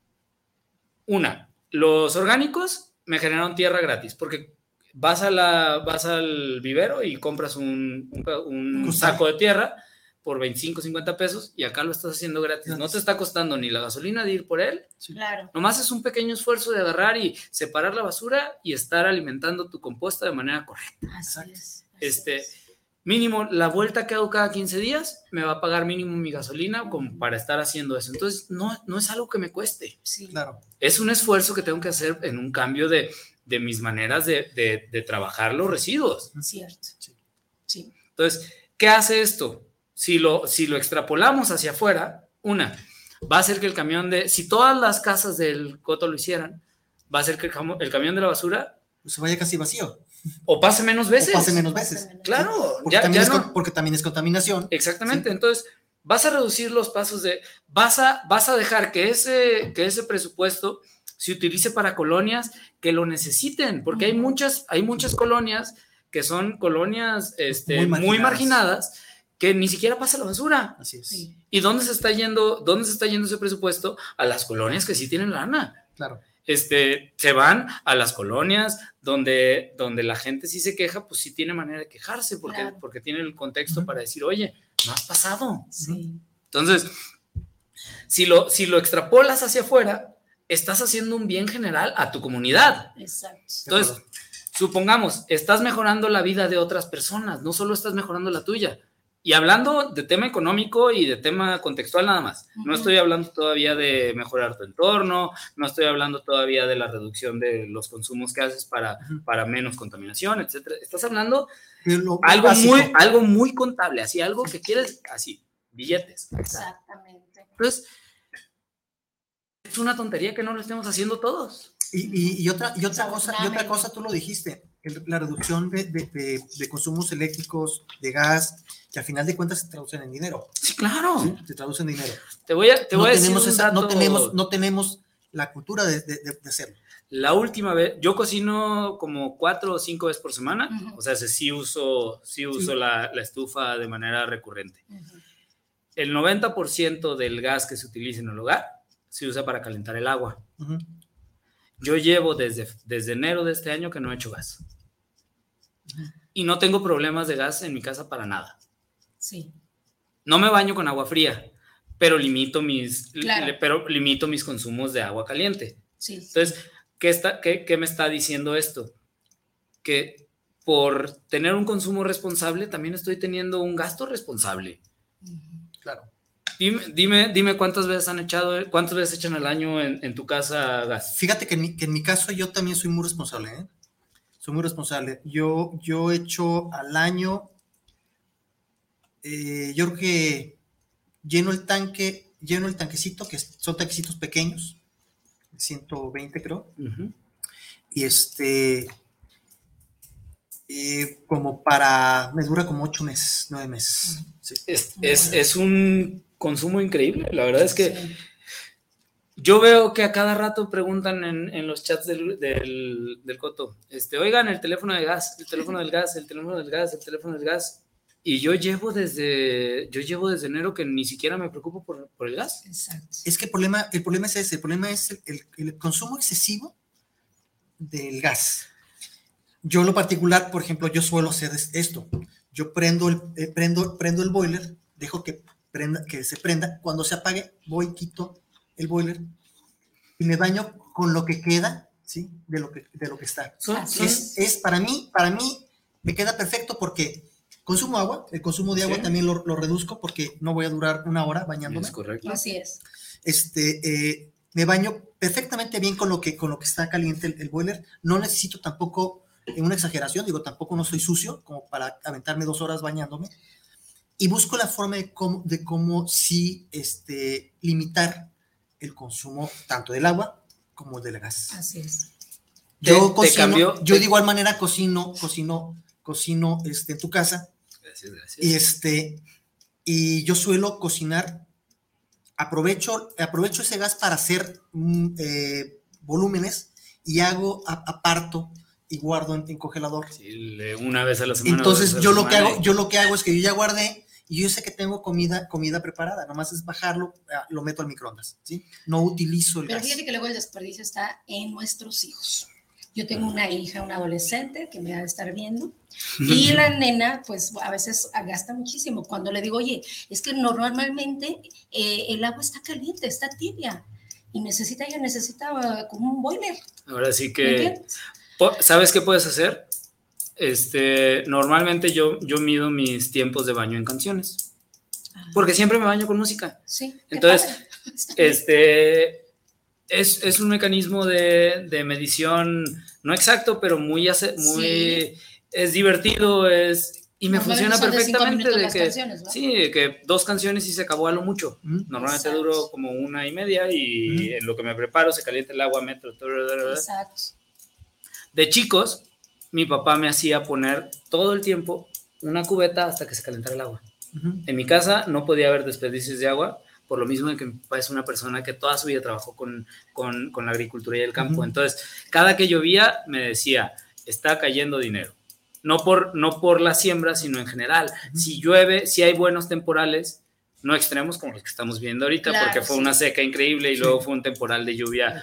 Speaker 3: los orgánicos me generaron tierra gratis, porque vas al vivero y compras un saco de tierra por 25, 50 pesos, y acá lo estás haciendo gratis. No te está costando ni la gasolina de ir por él.
Speaker 4: Claro.
Speaker 3: Nomás es un pequeño esfuerzo de agarrar y separar la basura y estar alimentando tu composta de manera correcta.
Speaker 4: Así es.
Speaker 3: Mínimo, la vuelta que hago cada 15 días me va a pagar mínimo mi gasolina como para estar haciendo eso. Entonces, no es algo que me cueste.
Speaker 4: Sí. Claro.
Speaker 3: Es un esfuerzo que tengo que hacer en un cambio de mis maneras de trabajar los residuos.
Speaker 4: Cierto. Sí.
Speaker 3: Entonces, ¿qué hace esto? Si lo extrapolamos hacia afuera, va a hacer que el camión si todas las casas del Coto lo hicieran, va a hacer que el camión de la basura
Speaker 5: se vaya casi vacío.
Speaker 3: O pase menos veces. Claro.
Speaker 5: Porque también es contaminación.
Speaker 3: Exactamente. ¿Sí? Entonces, vas a reducir los pasos vas a dejar que ese presupuesto se utilice para colonias que lo necesiten, porque hay muchas colonias que son colonias muy marginadas, que ni siquiera pasa la basura.
Speaker 5: Así es.
Speaker 3: ¿Y dónde se está yendo ese presupuesto? A las colonias que sí tienen lana.
Speaker 5: Claro.
Speaker 3: Se van a las colonias donde la gente sí se queja, pues sí tiene manera de quejarse, porque tiene el contexto para decir, oye, no has pasado.
Speaker 4: Sí.
Speaker 3: Entonces, si lo extrapolas hacia afuera, estás haciendo un bien general a tu comunidad.
Speaker 4: Exacto.
Speaker 3: Entonces, supongamos, estás mejorando la vida de otras personas, no solo estás mejorando la tuya. Y hablando de tema económico y de tema contextual nada más, no estoy hablando todavía de mejorar tu entorno, no estoy hablando todavía de la reducción de los consumos que haces para menos contaminación, etcétera. Estás hablando algo muy contable, así, algo que quieres, así, billetes.
Speaker 4: Exactamente.
Speaker 3: Entonces, es una tontería que no lo estemos haciendo todos.
Speaker 5: Y otra cosa, tú lo dijiste, la reducción de consumos eléctricos, de gas, que al final de cuentas se traducen en dinero.
Speaker 3: Sí, claro.
Speaker 5: ¿Sí? Se traducen en dinero.
Speaker 3: Te voy a decir un dato.
Speaker 5: No tenemos la cultura de hacerlo.
Speaker 3: La última vez, yo cocino como 4 o 5 veces por semana, o sea, sí uso la estufa de manera recurrente. El 90% del gas que se utiliza en el hogar se usa para calentar el agua. Yo llevo desde enero de este año que no he hecho gas. Y no tengo problemas de gas en mi casa para nada.
Speaker 4: Sí.
Speaker 3: No me baño con agua fría, pero limito mis consumos de agua caliente.
Speaker 4: Sí.
Speaker 3: Entonces, ¿qué me está diciendo esto? Que por tener un consumo responsable, también estoy teniendo un gasto responsable.
Speaker 5: Claro.
Speaker 3: Dime cuántas veces echan al año en tu casa gas.
Speaker 5: Fíjate que en mi caso yo también soy muy responsable, ¿eh? Soy muy responsable. Yo echo al año, yo creo que lleno el tanquecito, que son tanquecitos pequeños, 120 creo, y como me dura como 8 meses, 9 meses. Sí.
Speaker 3: Es un consumo increíble, la verdad es que yo veo que a cada rato preguntan en los chats del Coto, oigan, el teléfono del gas, y yo llevo desde enero que ni siquiera me preocupo por el gas.
Speaker 4: Exacto.
Speaker 5: Es que el problema es ese, el problema es el consumo excesivo del gas. Yo en lo particular, por ejemplo, yo suelo hacer esto, yo prendo el boiler, dejo que se prenda, cuando se apague voy, quito el boiler y me baño con lo que queda, ¿sí? de lo que está. Es para mí me queda perfecto porque consumo agua, el consumo de agua también lo reduzco porque no voy a durar 1 hora bañándome.
Speaker 3: Es correcto.
Speaker 4: Así es.
Speaker 5: Me baño perfectamente bien con lo que está caliente el boiler, no necesito tampoco una exageración, tampoco no soy sucio como para aventarme 2 horas bañándome. Y busco la forma de cómo sí limitar el consumo tanto del agua como del gas.
Speaker 4: Así es.
Speaker 5: Yo de igual manera cocino en tu casa.
Speaker 3: Gracias.
Speaker 5: Y yo suelo cocinar, aprovecho ese gas para hacer volúmenes y aparto y guardo en congelador.
Speaker 3: Sí, una vez a la semana.
Speaker 5: Entonces yo lo que hago es que yo ya guardé y yo sé que tengo comida preparada, nomás es bajarlo, lo meto al microondas, ¿sí? No utilizo el gas.
Speaker 4: Pero fíjate que luego el desperdicio está en nuestros hijos. Yo tengo una hija, una adolescente que me ha de estar viendo y la nena pues a veces gasta muchísimo. Cuando le digo, oye, es que normalmente el agua está caliente, está tibia y necesita como un boiler.
Speaker 3: Ahora sí que, ¿sabes qué puedes hacer? Normalmente yo mido mis tiempos de baño en canciones, porque siempre me baño con música.
Speaker 4: Sí.
Speaker 3: Entonces, es un mecanismo de medición no exacto, pero muy es divertido, Y me funciona perfectamente de que, canciones, ¿no? Sí, que 2 canciones y se acabó a lo mucho. Normalmente duro como 1:30 y en lo que me preparo se calienta el agua, meto. Exacto. De chicos, mi papá me hacía poner todo el tiempo una cubeta hasta que se calentara el agua. En mi casa no podía haber desperdicios de agua, por lo mismo de que mi papá es una persona que toda su vida trabajó con la agricultura y el campo. Entonces, cada que llovía me decía, está cayendo dinero. No por la siembra, sino en general. Si llueve, si hay buenos temporales, no extremos como los que estamos viendo ahorita, claro, porque fue una seca increíble y luego fue un temporal de lluvia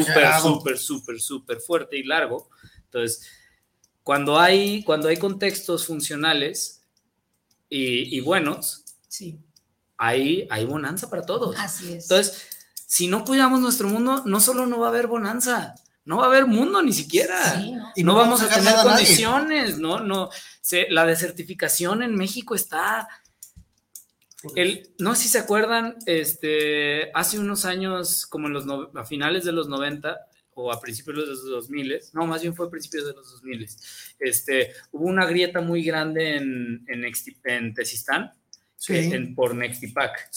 Speaker 3: súper fuerte y largo. Entonces, cuando hay contextos funcionales y buenos, hay bonanza para todos. Así es. Entonces, si no cuidamos nuestro mundo, no solo no va a haber bonanza, no va a haber mundo ni siquiera. Sí, ¿no? Y no vamos a tener condiciones, la desertificación en México está... no sé si se acuerdan, hace unos años, como a finales de los 90 o a principios de los 2000, no, más bien fue a principios de los 2000, hubo una grieta muy grande en Tezistán, por Nextipac,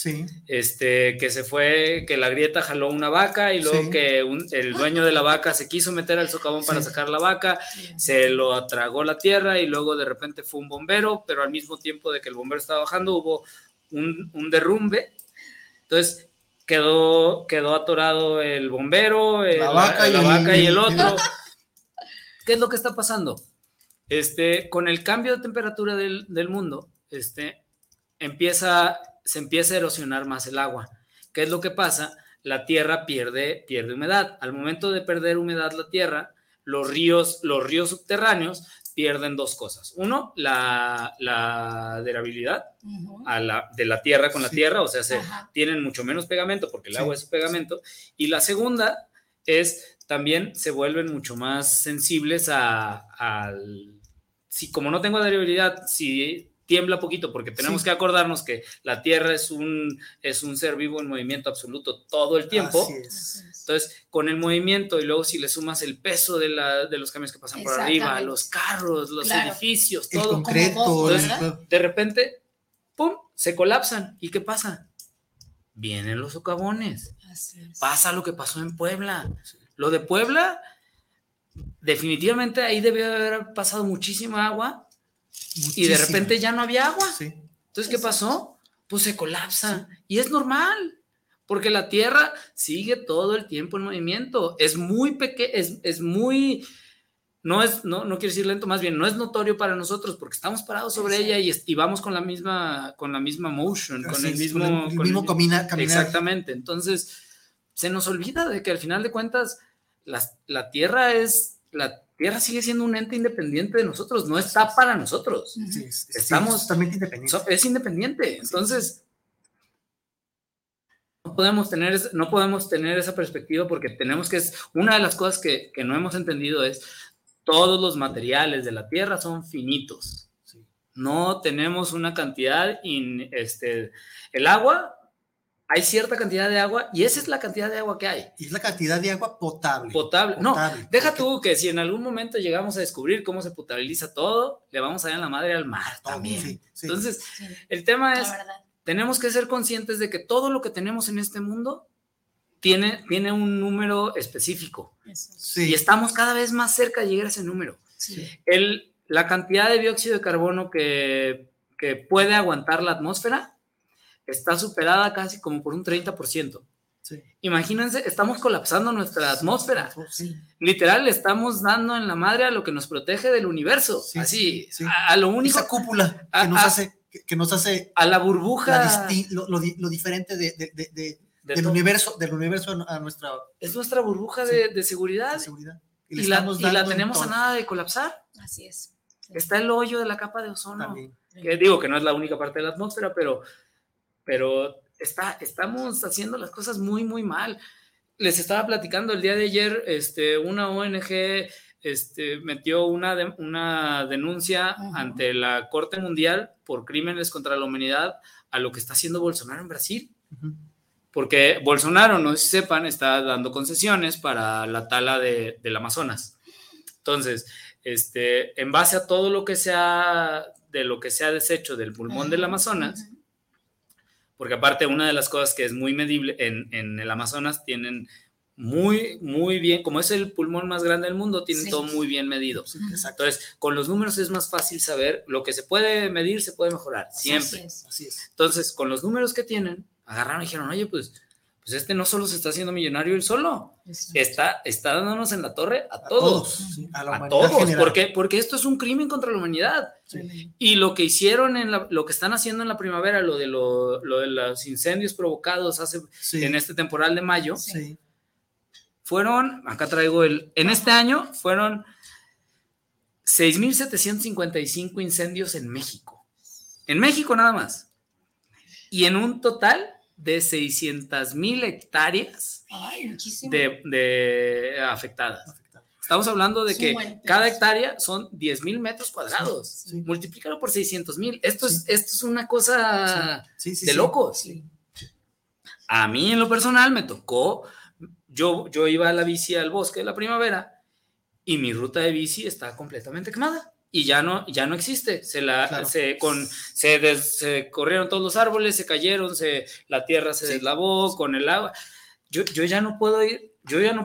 Speaker 3: que la grieta jaló una vaca y luego que el dueño de la vaca se quiso meter al socavón para sacar la vaca, se lo atragó la tierra y luego de repente fue un bombero, pero al mismo tiempo de que el bombero estaba bajando hubo un derrumbe, entonces quedó atorado el bombero, la vaca y el otro. ¿Qué es lo que está pasando? Con el cambio de temperatura del mundo, se empieza a erosionar más el agua. ¿Qué es lo que pasa? La tierra pierde humedad. Al momento de perder humedad la tierra, los ríos subterráneos pierden 2 cosas. Uno, la adherabilidad de la tierra con la tierra, o sea, tienen mucho menos pegamento porque el agua es pegamento. Y la segunda es también se vuelven mucho más sensibles si como no tengo adherabilidad, si tiembla poquito, porque tenemos que acordarnos que la tierra es un ser vivo en movimiento absoluto todo el tiempo. Entonces, con el movimiento y luego si le sumas el peso de los camiones que pasan por arriba, los carros, los edificios, todo.
Speaker 5: El concreto.
Speaker 3: Entonces, de repente, ¡pum!, se colapsan. ¿Y qué pasa? Vienen los socavones. Pasa lo que pasó en Puebla. Lo de Puebla, definitivamente ahí debió haber pasado muchísima agua. Y de repente ya no había agua. Entonces, ¿qué pasó? Pues se colapsa. Y es normal, porque la Tierra sigue todo el tiempo en movimiento. Es muy pequeño, es muy... No quiero decir lento, más bien, no es notorio para nosotros porque estamos parados sobre ella y vamos con la misma motion, con el mismo caminar. Exactamente. Entonces, se nos olvida de que al final de cuentas la Tierra sigue siendo un ente independiente de nosotros, no está para nosotros. Estamos
Speaker 5: totalmente independientes.
Speaker 3: Es independiente. Entonces, no podemos tener esa perspectiva porque tenemos que... Una de las cosas que no hemos entendido es todos los materiales de la Tierra son finitos. No tenemos una cantidad... el agua... Hay cierta cantidad de agua y esa es la cantidad de agua que hay.
Speaker 5: Y es la cantidad de agua potable.
Speaker 3: No, deja tú que si en algún momento llegamos a descubrir cómo se potabiliza todo, le vamos a dar en la madre al mar también. Entonces, el tema es, tenemos que ser conscientes de que todo lo que tenemos en este mundo tiene un número específico. Y estamos cada vez más cerca de llegar a ese número. La cantidad de dióxido de carbono que puede aguantar la atmósfera está superada casi como por un 30%. Imagínense, estamos colapsando nuestra atmósfera. Literal, le estamos dando en la madre a lo que nos protege del universo. A lo único.
Speaker 5: Esa cúpula que nos hace
Speaker 3: a la burbuja.
Speaker 5: Lo diferente del universo a nuestra.
Speaker 3: Es nuestra burbuja de seguridad. Y la tenemos a nada de colapsar.
Speaker 4: Así es.
Speaker 3: Está el hoyo de la capa de ozono. Que digo que no es la única parte de la atmósfera, pero estamos haciendo las cosas muy, muy mal. Les estaba platicando el día de ayer, una ONG metió una denuncia ante la Corte Mundial por crímenes contra la humanidad a lo que está haciendo Bolsonaro en Brasil. Porque Bolsonaro, no sé si sepan, está dando concesiones para la tala del Amazonas. Entonces, en base a todo lo que sea deshecho del pulmón del Amazonas, porque aparte una de las cosas que es muy medible en el Amazonas, tienen muy, muy bien, como es el pulmón más grande del mundo, tienen todo muy bien medido. Sí, entonces, con los números es más fácil saber lo que se puede medir, se puede mejorar, siempre. Así es. Entonces, con los números que tienen, agarraron y dijeron, oye, pues no solo se está haciendo millonario él solo, está dándonos en la torre a todos. Sí, a todos, porque esto es un crimen contra la humanidad. Sí. Y lo que hicieron, lo que están haciendo en la primavera, lo de los incendios provocados en este temporal de mayo, fueron, acá traigo en este año, fueron 6,755 incendios en México. En México nada más. Y en un total de 600,000 hectáreas de afectadas. Estamos hablando de que cada hectárea son 10,000 metros cuadrados. Sí. Multiplícalo por 600,000. Esto es una cosa de locos. Sí. A mí en lo personal me tocó, yo iba a la bici al bosque de la primavera y mi ruta de bici está completamente quemada. Y ya no existe. Se corrieron todos los árboles, se cayeron, la tierra se deslavó con el agua. Yo ya no puedo ir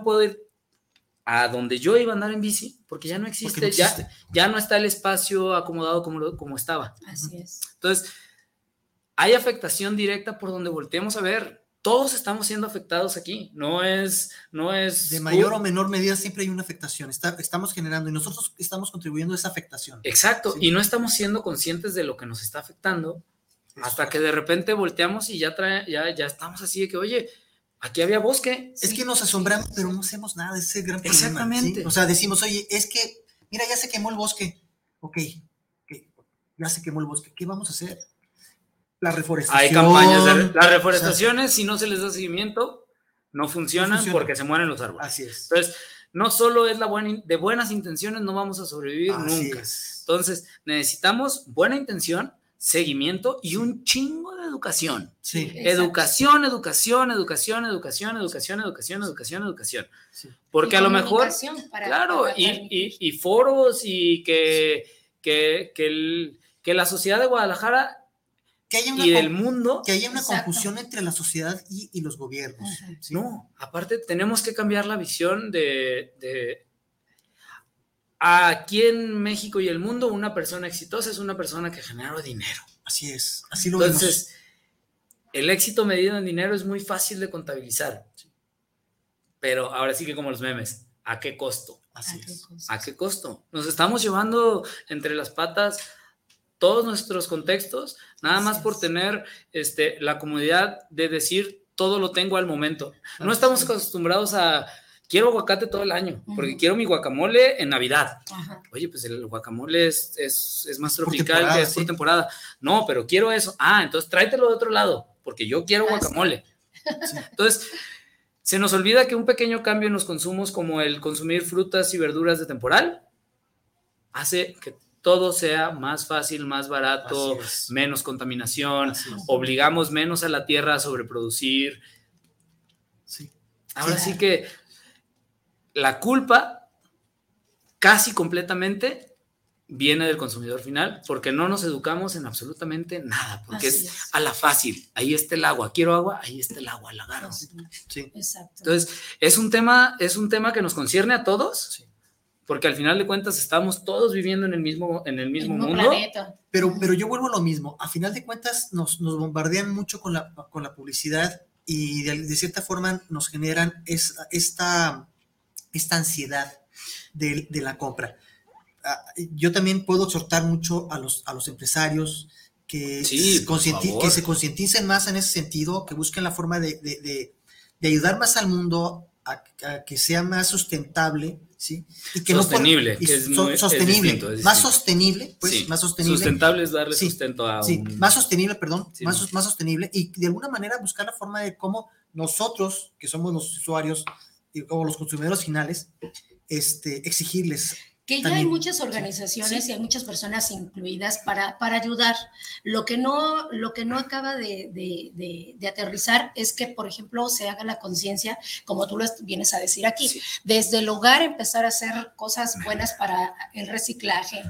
Speaker 3: a donde yo iba a andar en bici, porque ya no existe. Ya no está el espacio acomodado como estaba. Así es. Entonces, hay afectación directa por donde volteemos a ver. Todos estamos siendo afectados aquí, no es
Speaker 5: de mayor o menor medida, siempre hay una afectación, estamos generando y nosotros estamos contribuyendo a esa afectación.
Speaker 3: Exacto, y no estamos siendo conscientes de lo que nos está afectando hasta que de repente volteamos y ya estamos así de que, oye, aquí había bosque.
Speaker 5: Es que nos asombramos, pero no hacemos nada, ese es el gran problema.
Speaker 3: Exactamente.
Speaker 5: ¿Sí? O sea, decimos, oye, es que, mira, ya se quemó el bosque. Ok, ya se quemó el bosque, ¿qué vamos a hacer? La reforestación.
Speaker 3: Hay campañas las reforestaciones, si no se les da seguimiento, no funcionan porque se mueren los árboles.
Speaker 5: Así es.
Speaker 3: Entonces, no solo es de buenas intenciones, no vamos a sobrevivir nunca. Entonces, necesitamos buena intención, seguimiento y un chingo de educación. Sí. Educación. Sí. Porque a lo mejor, y foros y que la sociedad de Guadalajara del mundo.
Speaker 5: Que haya una confusión entre la sociedad y los gobiernos.
Speaker 3: ¿Sí? No, aparte tenemos que cambiar la visión de aquí en México y el mundo, una persona exitosa es una persona que genera dinero.
Speaker 5: Así es, así lo vemos.
Speaker 3: Entonces, el éxito medido en dinero es muy fácil de contabilizar. Pero ahora sí que como los memes, ¿a qué costo?
Speaker 5: Así es.
Speaker 3: ¿A qué costo? Nos estamos llevando entre las patas todos nuestros contextos, nada más por tener la comodidad de decir todo lo tengo al momento. No estamos acostumbrados a quiero aguacate todo el año, porque quiero mi guacamole en Navidad. Ajá. Oye, pues el guacamole es más tropical, que es por temporada. No, pero quiero eso. Entonces tráetelo de otro lado, porque yo quiero guacamole. Sí. Entonces, se nos olvida que un pequeño cambio en los consumos, como el consumir frutas y verduras de temporal, hace que todo sea más fácil, más barato, menos contaminación, obligamos menos a la tierra a sobreproducir. Sí. Ahora sí que la culpa casi completamente viene del consumidor final, porque no nos educamos en absolutamente nada, porque es a la fácil. Ahí está el agua, quiero agua, ahí está el agua, la agarro. Sí. Exacto. Entonces, es un tema que nos concierne a todos. Sí. Porque al final de cuentas estamos todos viviendo en el mismo mundo.
Speaker 5: Planeta. Pero yo vuelvo a lo mismo. A final de cuentas nos bombardean mucho con la publicidad y de cierta forma nos generan esta ansiedad de la compra. Yo también puedo exhortar mucho a los empresarios que se concienticen más en ese sentido, que busquen la forma de ayudar más al mundo a que sea más sustentable, ¿sí? Y que
Speaker 3: sostenible,
Speaker 5: sostenible, más sostenible, pues,
Speaker 3: sí.
Speaker 5: Más sostenible.
Speaker 3: Sustentable es darle sustento a
Speaker 5: más sostenible, perdón, sí. más sostenible, y de alguna manera buscar la forma de cómo nosotros, que somos los usuarios o los consumidores finales, exigirles
Speaker 4: Que ya hay muchas organizaciones y hay muchas personas incluidas para ayudar. Lo que no acaba de aterrizar es que, por ejemplo, se haga la conciencia, como tú lo vienes a decir aquí, desde el hogar empezar a hacer cosas buenas para el reciclaje,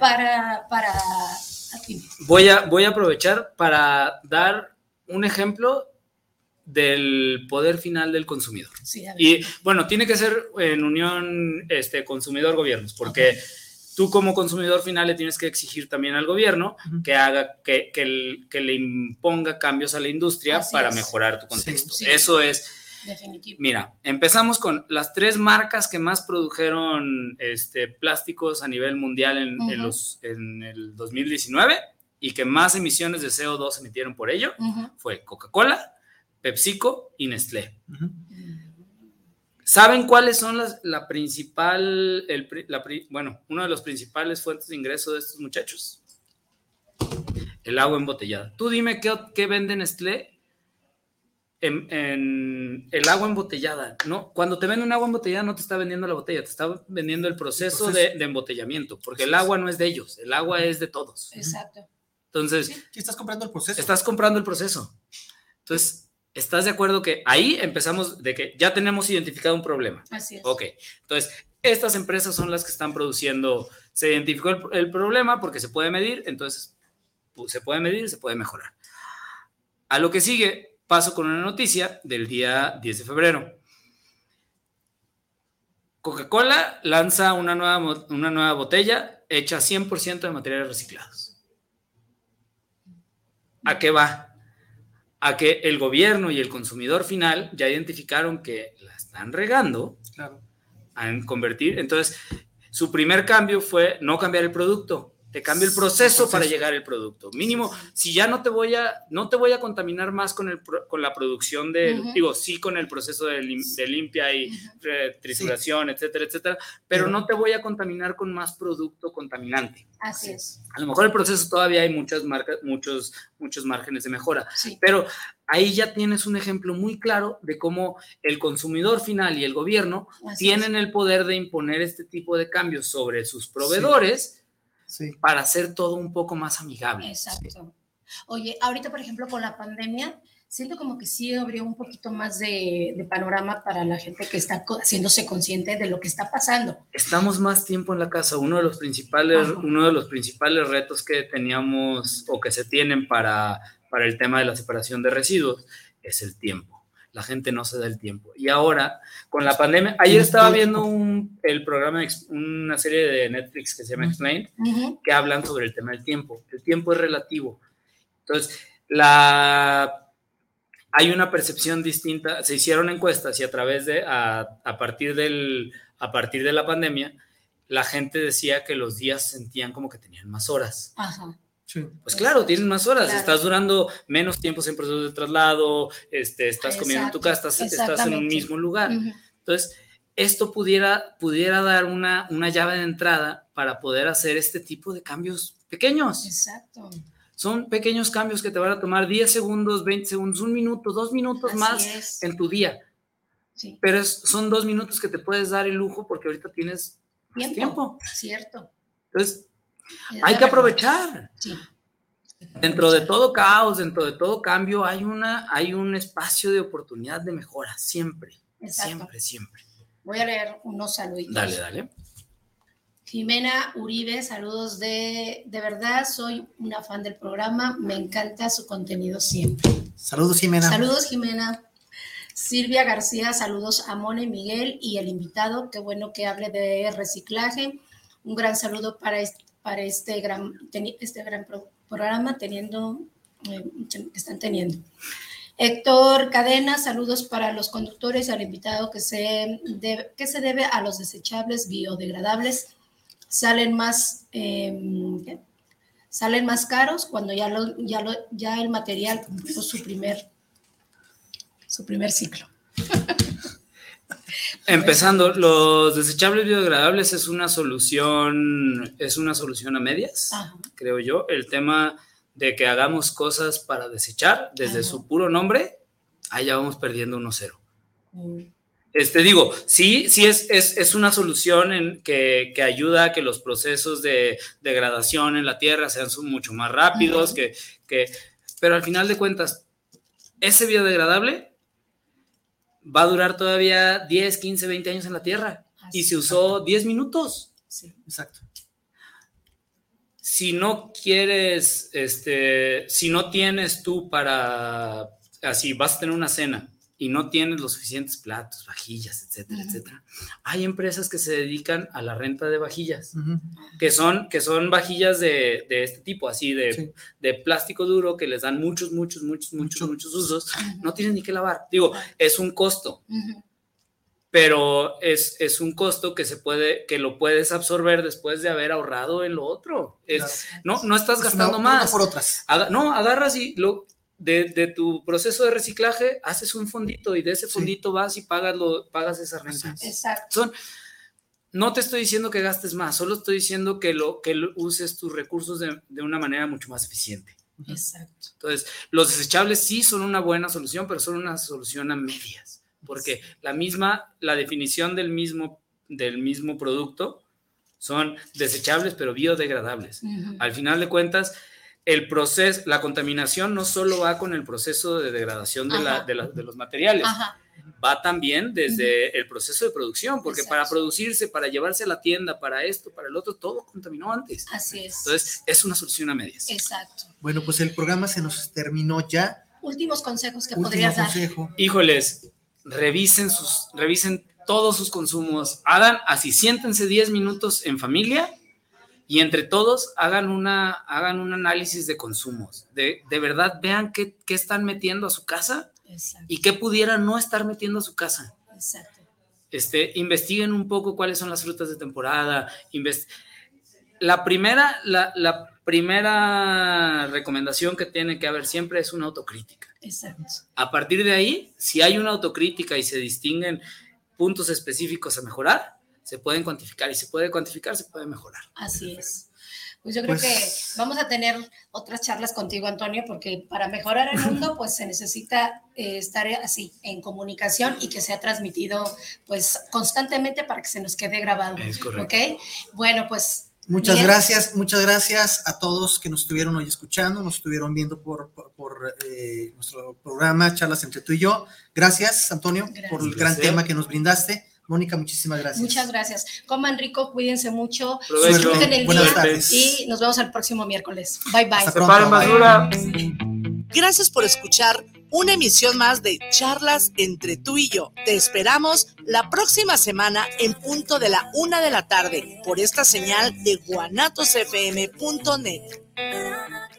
Speaker 3: Voy a aprovechar para dar un ejemplo del poder final del consumidor. Sí, y bueno, tiene que ser en unión consumidor-gobiernos, porque tú como consumidor final le tienes que exigir también al gobierno que haga, que le imponga cambios a la industria para mejorar tu contexto. Sí. Eso es definitivo. Mira, empezamos con las 3 marcas que más produjeron plásticos a nivel mundial en el 2019 y que más emisiones de CO2 emitieron por ello, fue Coca-Cola, PepsiCo y Nestlé. ¿Saben cuáles son una de las principales fuentes de ingreso de estos muchachos? El agua embotellada. Tú dime qué vende Nestlé en el agua embotellada, ¿no? Cuando te vende un agua embotellada no te está vendiendo la botella, te está vendiendo el proceso. De embotellamiento, porque el agua no es de ellos, el agua es de todos.
Speaker 4: Exacto.
Speaker 3: Entonces,
Speaker 5: estás comprando el proceso.
Speaker 3: Estás comprando el proceso. Entonces, ¿estás de acuerdo que ahí empezamos de que ya tenemos identificado un problema?
Speaker 4: Así es.
Speaker 3: Ok, entonces estas empresas son las que están produciendo, se identificó el problema porque se puede medir, entonces se puede medir, se puede mejorar. A lo que sigue, paso con una noticia del día 10 de febrero. Coca-Cola lanza una nueva botella hecha 100% de materiales reciclados. ¿A qué va? A que el gobierno y el consumidor final ya identificaron que la están regando, en convertir. Entonces, su primer cambio fue no cambiar el producto, te cambio el proceso para llegar al producto. Mínimo, si ya no te voy a contaminar más con la producción sí con el proceso de limpia y trituración, etcétera, etcétera, pero no te voy a contaminar con más producto contaminante.
Speaker 4: Así es.
Speaker 3: A lo mejor el proceso todavía hay muchos márgenes de mejora, pero ahí ya tienes un ejemplo muy claro de cómo el consumidor final y el gobierno tienen el poder de imponer este tipo de cambios sobre sus proveedores. Para hacer todo un poco más amigable.
Speaker 4: Exacto. Oye, ahorita, por ejemplo, con la pandemia, siento como que sí abrió un poquito más de panorama para la gente que está haciéndose consciente de lo que está pasando.
Speaker 3: Estamos más tiempo en la casa. Uno de los principales retos que teníamos o que se tienen para el tema de la separación de residuos es el tiempo. La gente no se da el tiempo. Y ahora, con la pandemia, ayer estaba viendo el programa, una serie de Netflix que se llama Explained, que hablan sobre el tema del tiempo. El tiempo es relativo. Entonces, hay una percepción distinta. Se hicieron encuestas y a partir de la pandemia, la gente decía que los días sentían como que tenían más horas.
Speaker 4: Ajá.
Speaker 3: Sí. Pues claro, tienes más horas, estás durando menos tiempo en procesos de traslado, estás comiendo en tu casa, estás en un mismo lugar. Entonces, esto pudiera dar una llave de entrada para poder hacer este tipo de cambios pequeños.
Speaker 4: Exacto.
Speaker 3: Son pequeños cambios que te van a tomar 10 segundos, 20 segundos, 1 minuto, 2 minutos más en tu día. Sí. Pero son 2 minutos que te puedes dar el lujo porque ahorita tienes más tiempo.
Speaker 4: Cierto.
Speaker 3: Entonces, hay que aprovechar. Sí. Dentro de todo caos, dentro de todo cambio, hay un espacio de oportunidad de mejora, siempre. Exacto. Siempre.
Speaker 4: Voy a leer unos saluditos.
Speaker 3: Dale.
Speaker 4: Jimena Uribe, saludos de verdad, soy una fan del programa, me encanta su contenido siempre.
Speaker 5: Saludos, Jimena.
Speaker 4: Saludos, Jimena. Silvia García, saludos a Mone, Miguel y el invitado, qué bueno que hable de reciclaje. Un gran saludo para este gran programa que están teniendo. Héctor Cadena, saludos para los conductores y al invitado que se debe a los desechables biodegradables. Salen más caros cuando ya el material cumplió su primer ciclo.
Speaker 3: Empezando, los desechables biodegradables es una solución a medias, creo yo. El tema de que hagamos cosas para desechar, desde su puro nombre, allá vamos perdiendo 1-0. Digo, sí es una solución que ayuda a que los procesos de degradación en la tierra sean mucho más rápidos, pero al final de cuentas, ese biodegradable va a durar todavía 10, 15, 20 años en la tierra. Y se usó 10 minutos.
Speaker 5: Sí, exacto.
Speaker 3: Si no quieres, si no tienes tú así vas a tener una cena y no tienes los suficientes platos, vajillas, etcétera, etcétera. Hay empresas que se dedican a la renta de vajillas, que son vajillas de este tipo, así de plástico duro, que les dan muchos usos. No tienes ni que lavar. Digo, es un costo. Pero es un costo que lo puedes absorber después de haber ahorrado en lo otro. No estás gastando más.
Speaker 5: Por otras.
Speaker 3: Agarras y de tu proceso de reciclaje haces un fondito y de ese fondito vas y pagas esa renta.
Speaker 4: Exacto.
Speaker 3: No te estoy diciendo que gastes más, solo estoy diciendo que uses tus recursos de una manera mucho más eficiente.
Speaker 4: Exacto.
Speaker 3: Entonces, los desechables sí son una buena solución, pero son una solución a medias. Porque la definición del mismo producto son desechables pero biodegradables. Al final de cuentas, la contaminación no solo va con el proceso de degradación de los materiales, va también desde el proceso de producción, porque para producirse, para llevarse a la tienda, para esto, para el otro, todo contaminó antes.
Speaker 4: Así es.
Speaker 3: Entonces, es una solución a medias.
Speaker 4: Exacto.
Speaker 5: Bueno, pues el programa se nos terminó ya.
Speaker 4: Últimos consejos que podrías dar.
Speaker 3: Híjoles, revisen todos sus consumos, siéntense 10 minutos en familia y entre todos hagan un análisis de consumos, de verdad vean qué están metiendo a su casa. Exacto. Y qué pudieran no estar metiendo a su casa.
Speaker 4: Exacto.
Speaker 3: Investiguen un poco cuáles son las frutas de temporada. La primera recomendación que tiene que haber siempre es una autocrítica.
Speaker 4: Exacto.
Speaker 3: A partir de ahí, si hay una autocrítica y se distinguen puntos específicos a mejorar, se pueden cuantificar, y se puede cuantificar, se puede mejorar.
Speaker 4: Así es. Pues yo creo que vamos a tener otras charlas contigo, Antonio, porque para mejorar el mundo, pues se necesita estar así, en comunicación y que sea transmitido, pues, constantemente para que se nos quede grabado.
Speaker 3: Es correcto.
Speaker 4: ¿Ok? Bueno, pues...
Speaker 5: Muchas gracias a todos que nos estuvieron hoy escuchando, nos estuvieron viendo por nuestro programa Charlas entre tú y yo. Gracias, Antonio, por el gran tema que nos brindaste. Mónica, muchísimas gracias.
Speaker 4: Muchas gracias. Coman rico, cuídense mucho.
Speaker 3: Disfruten
Speaker 4: el
Speaker 5: Buenas
Speaker 4: día
Speaker 5: tardes.
Speaker 4: Y nos vemos el próximo miércoles. Bye, bye.
Speaker 5: Hasta pronto.
Speaker 1: Gracias por escuchar una emisión más de Charlas entre tú y yo. Te esperamos la próxima semana en punto de la 1:00 p.m. por esta señal de guanatosfm.net.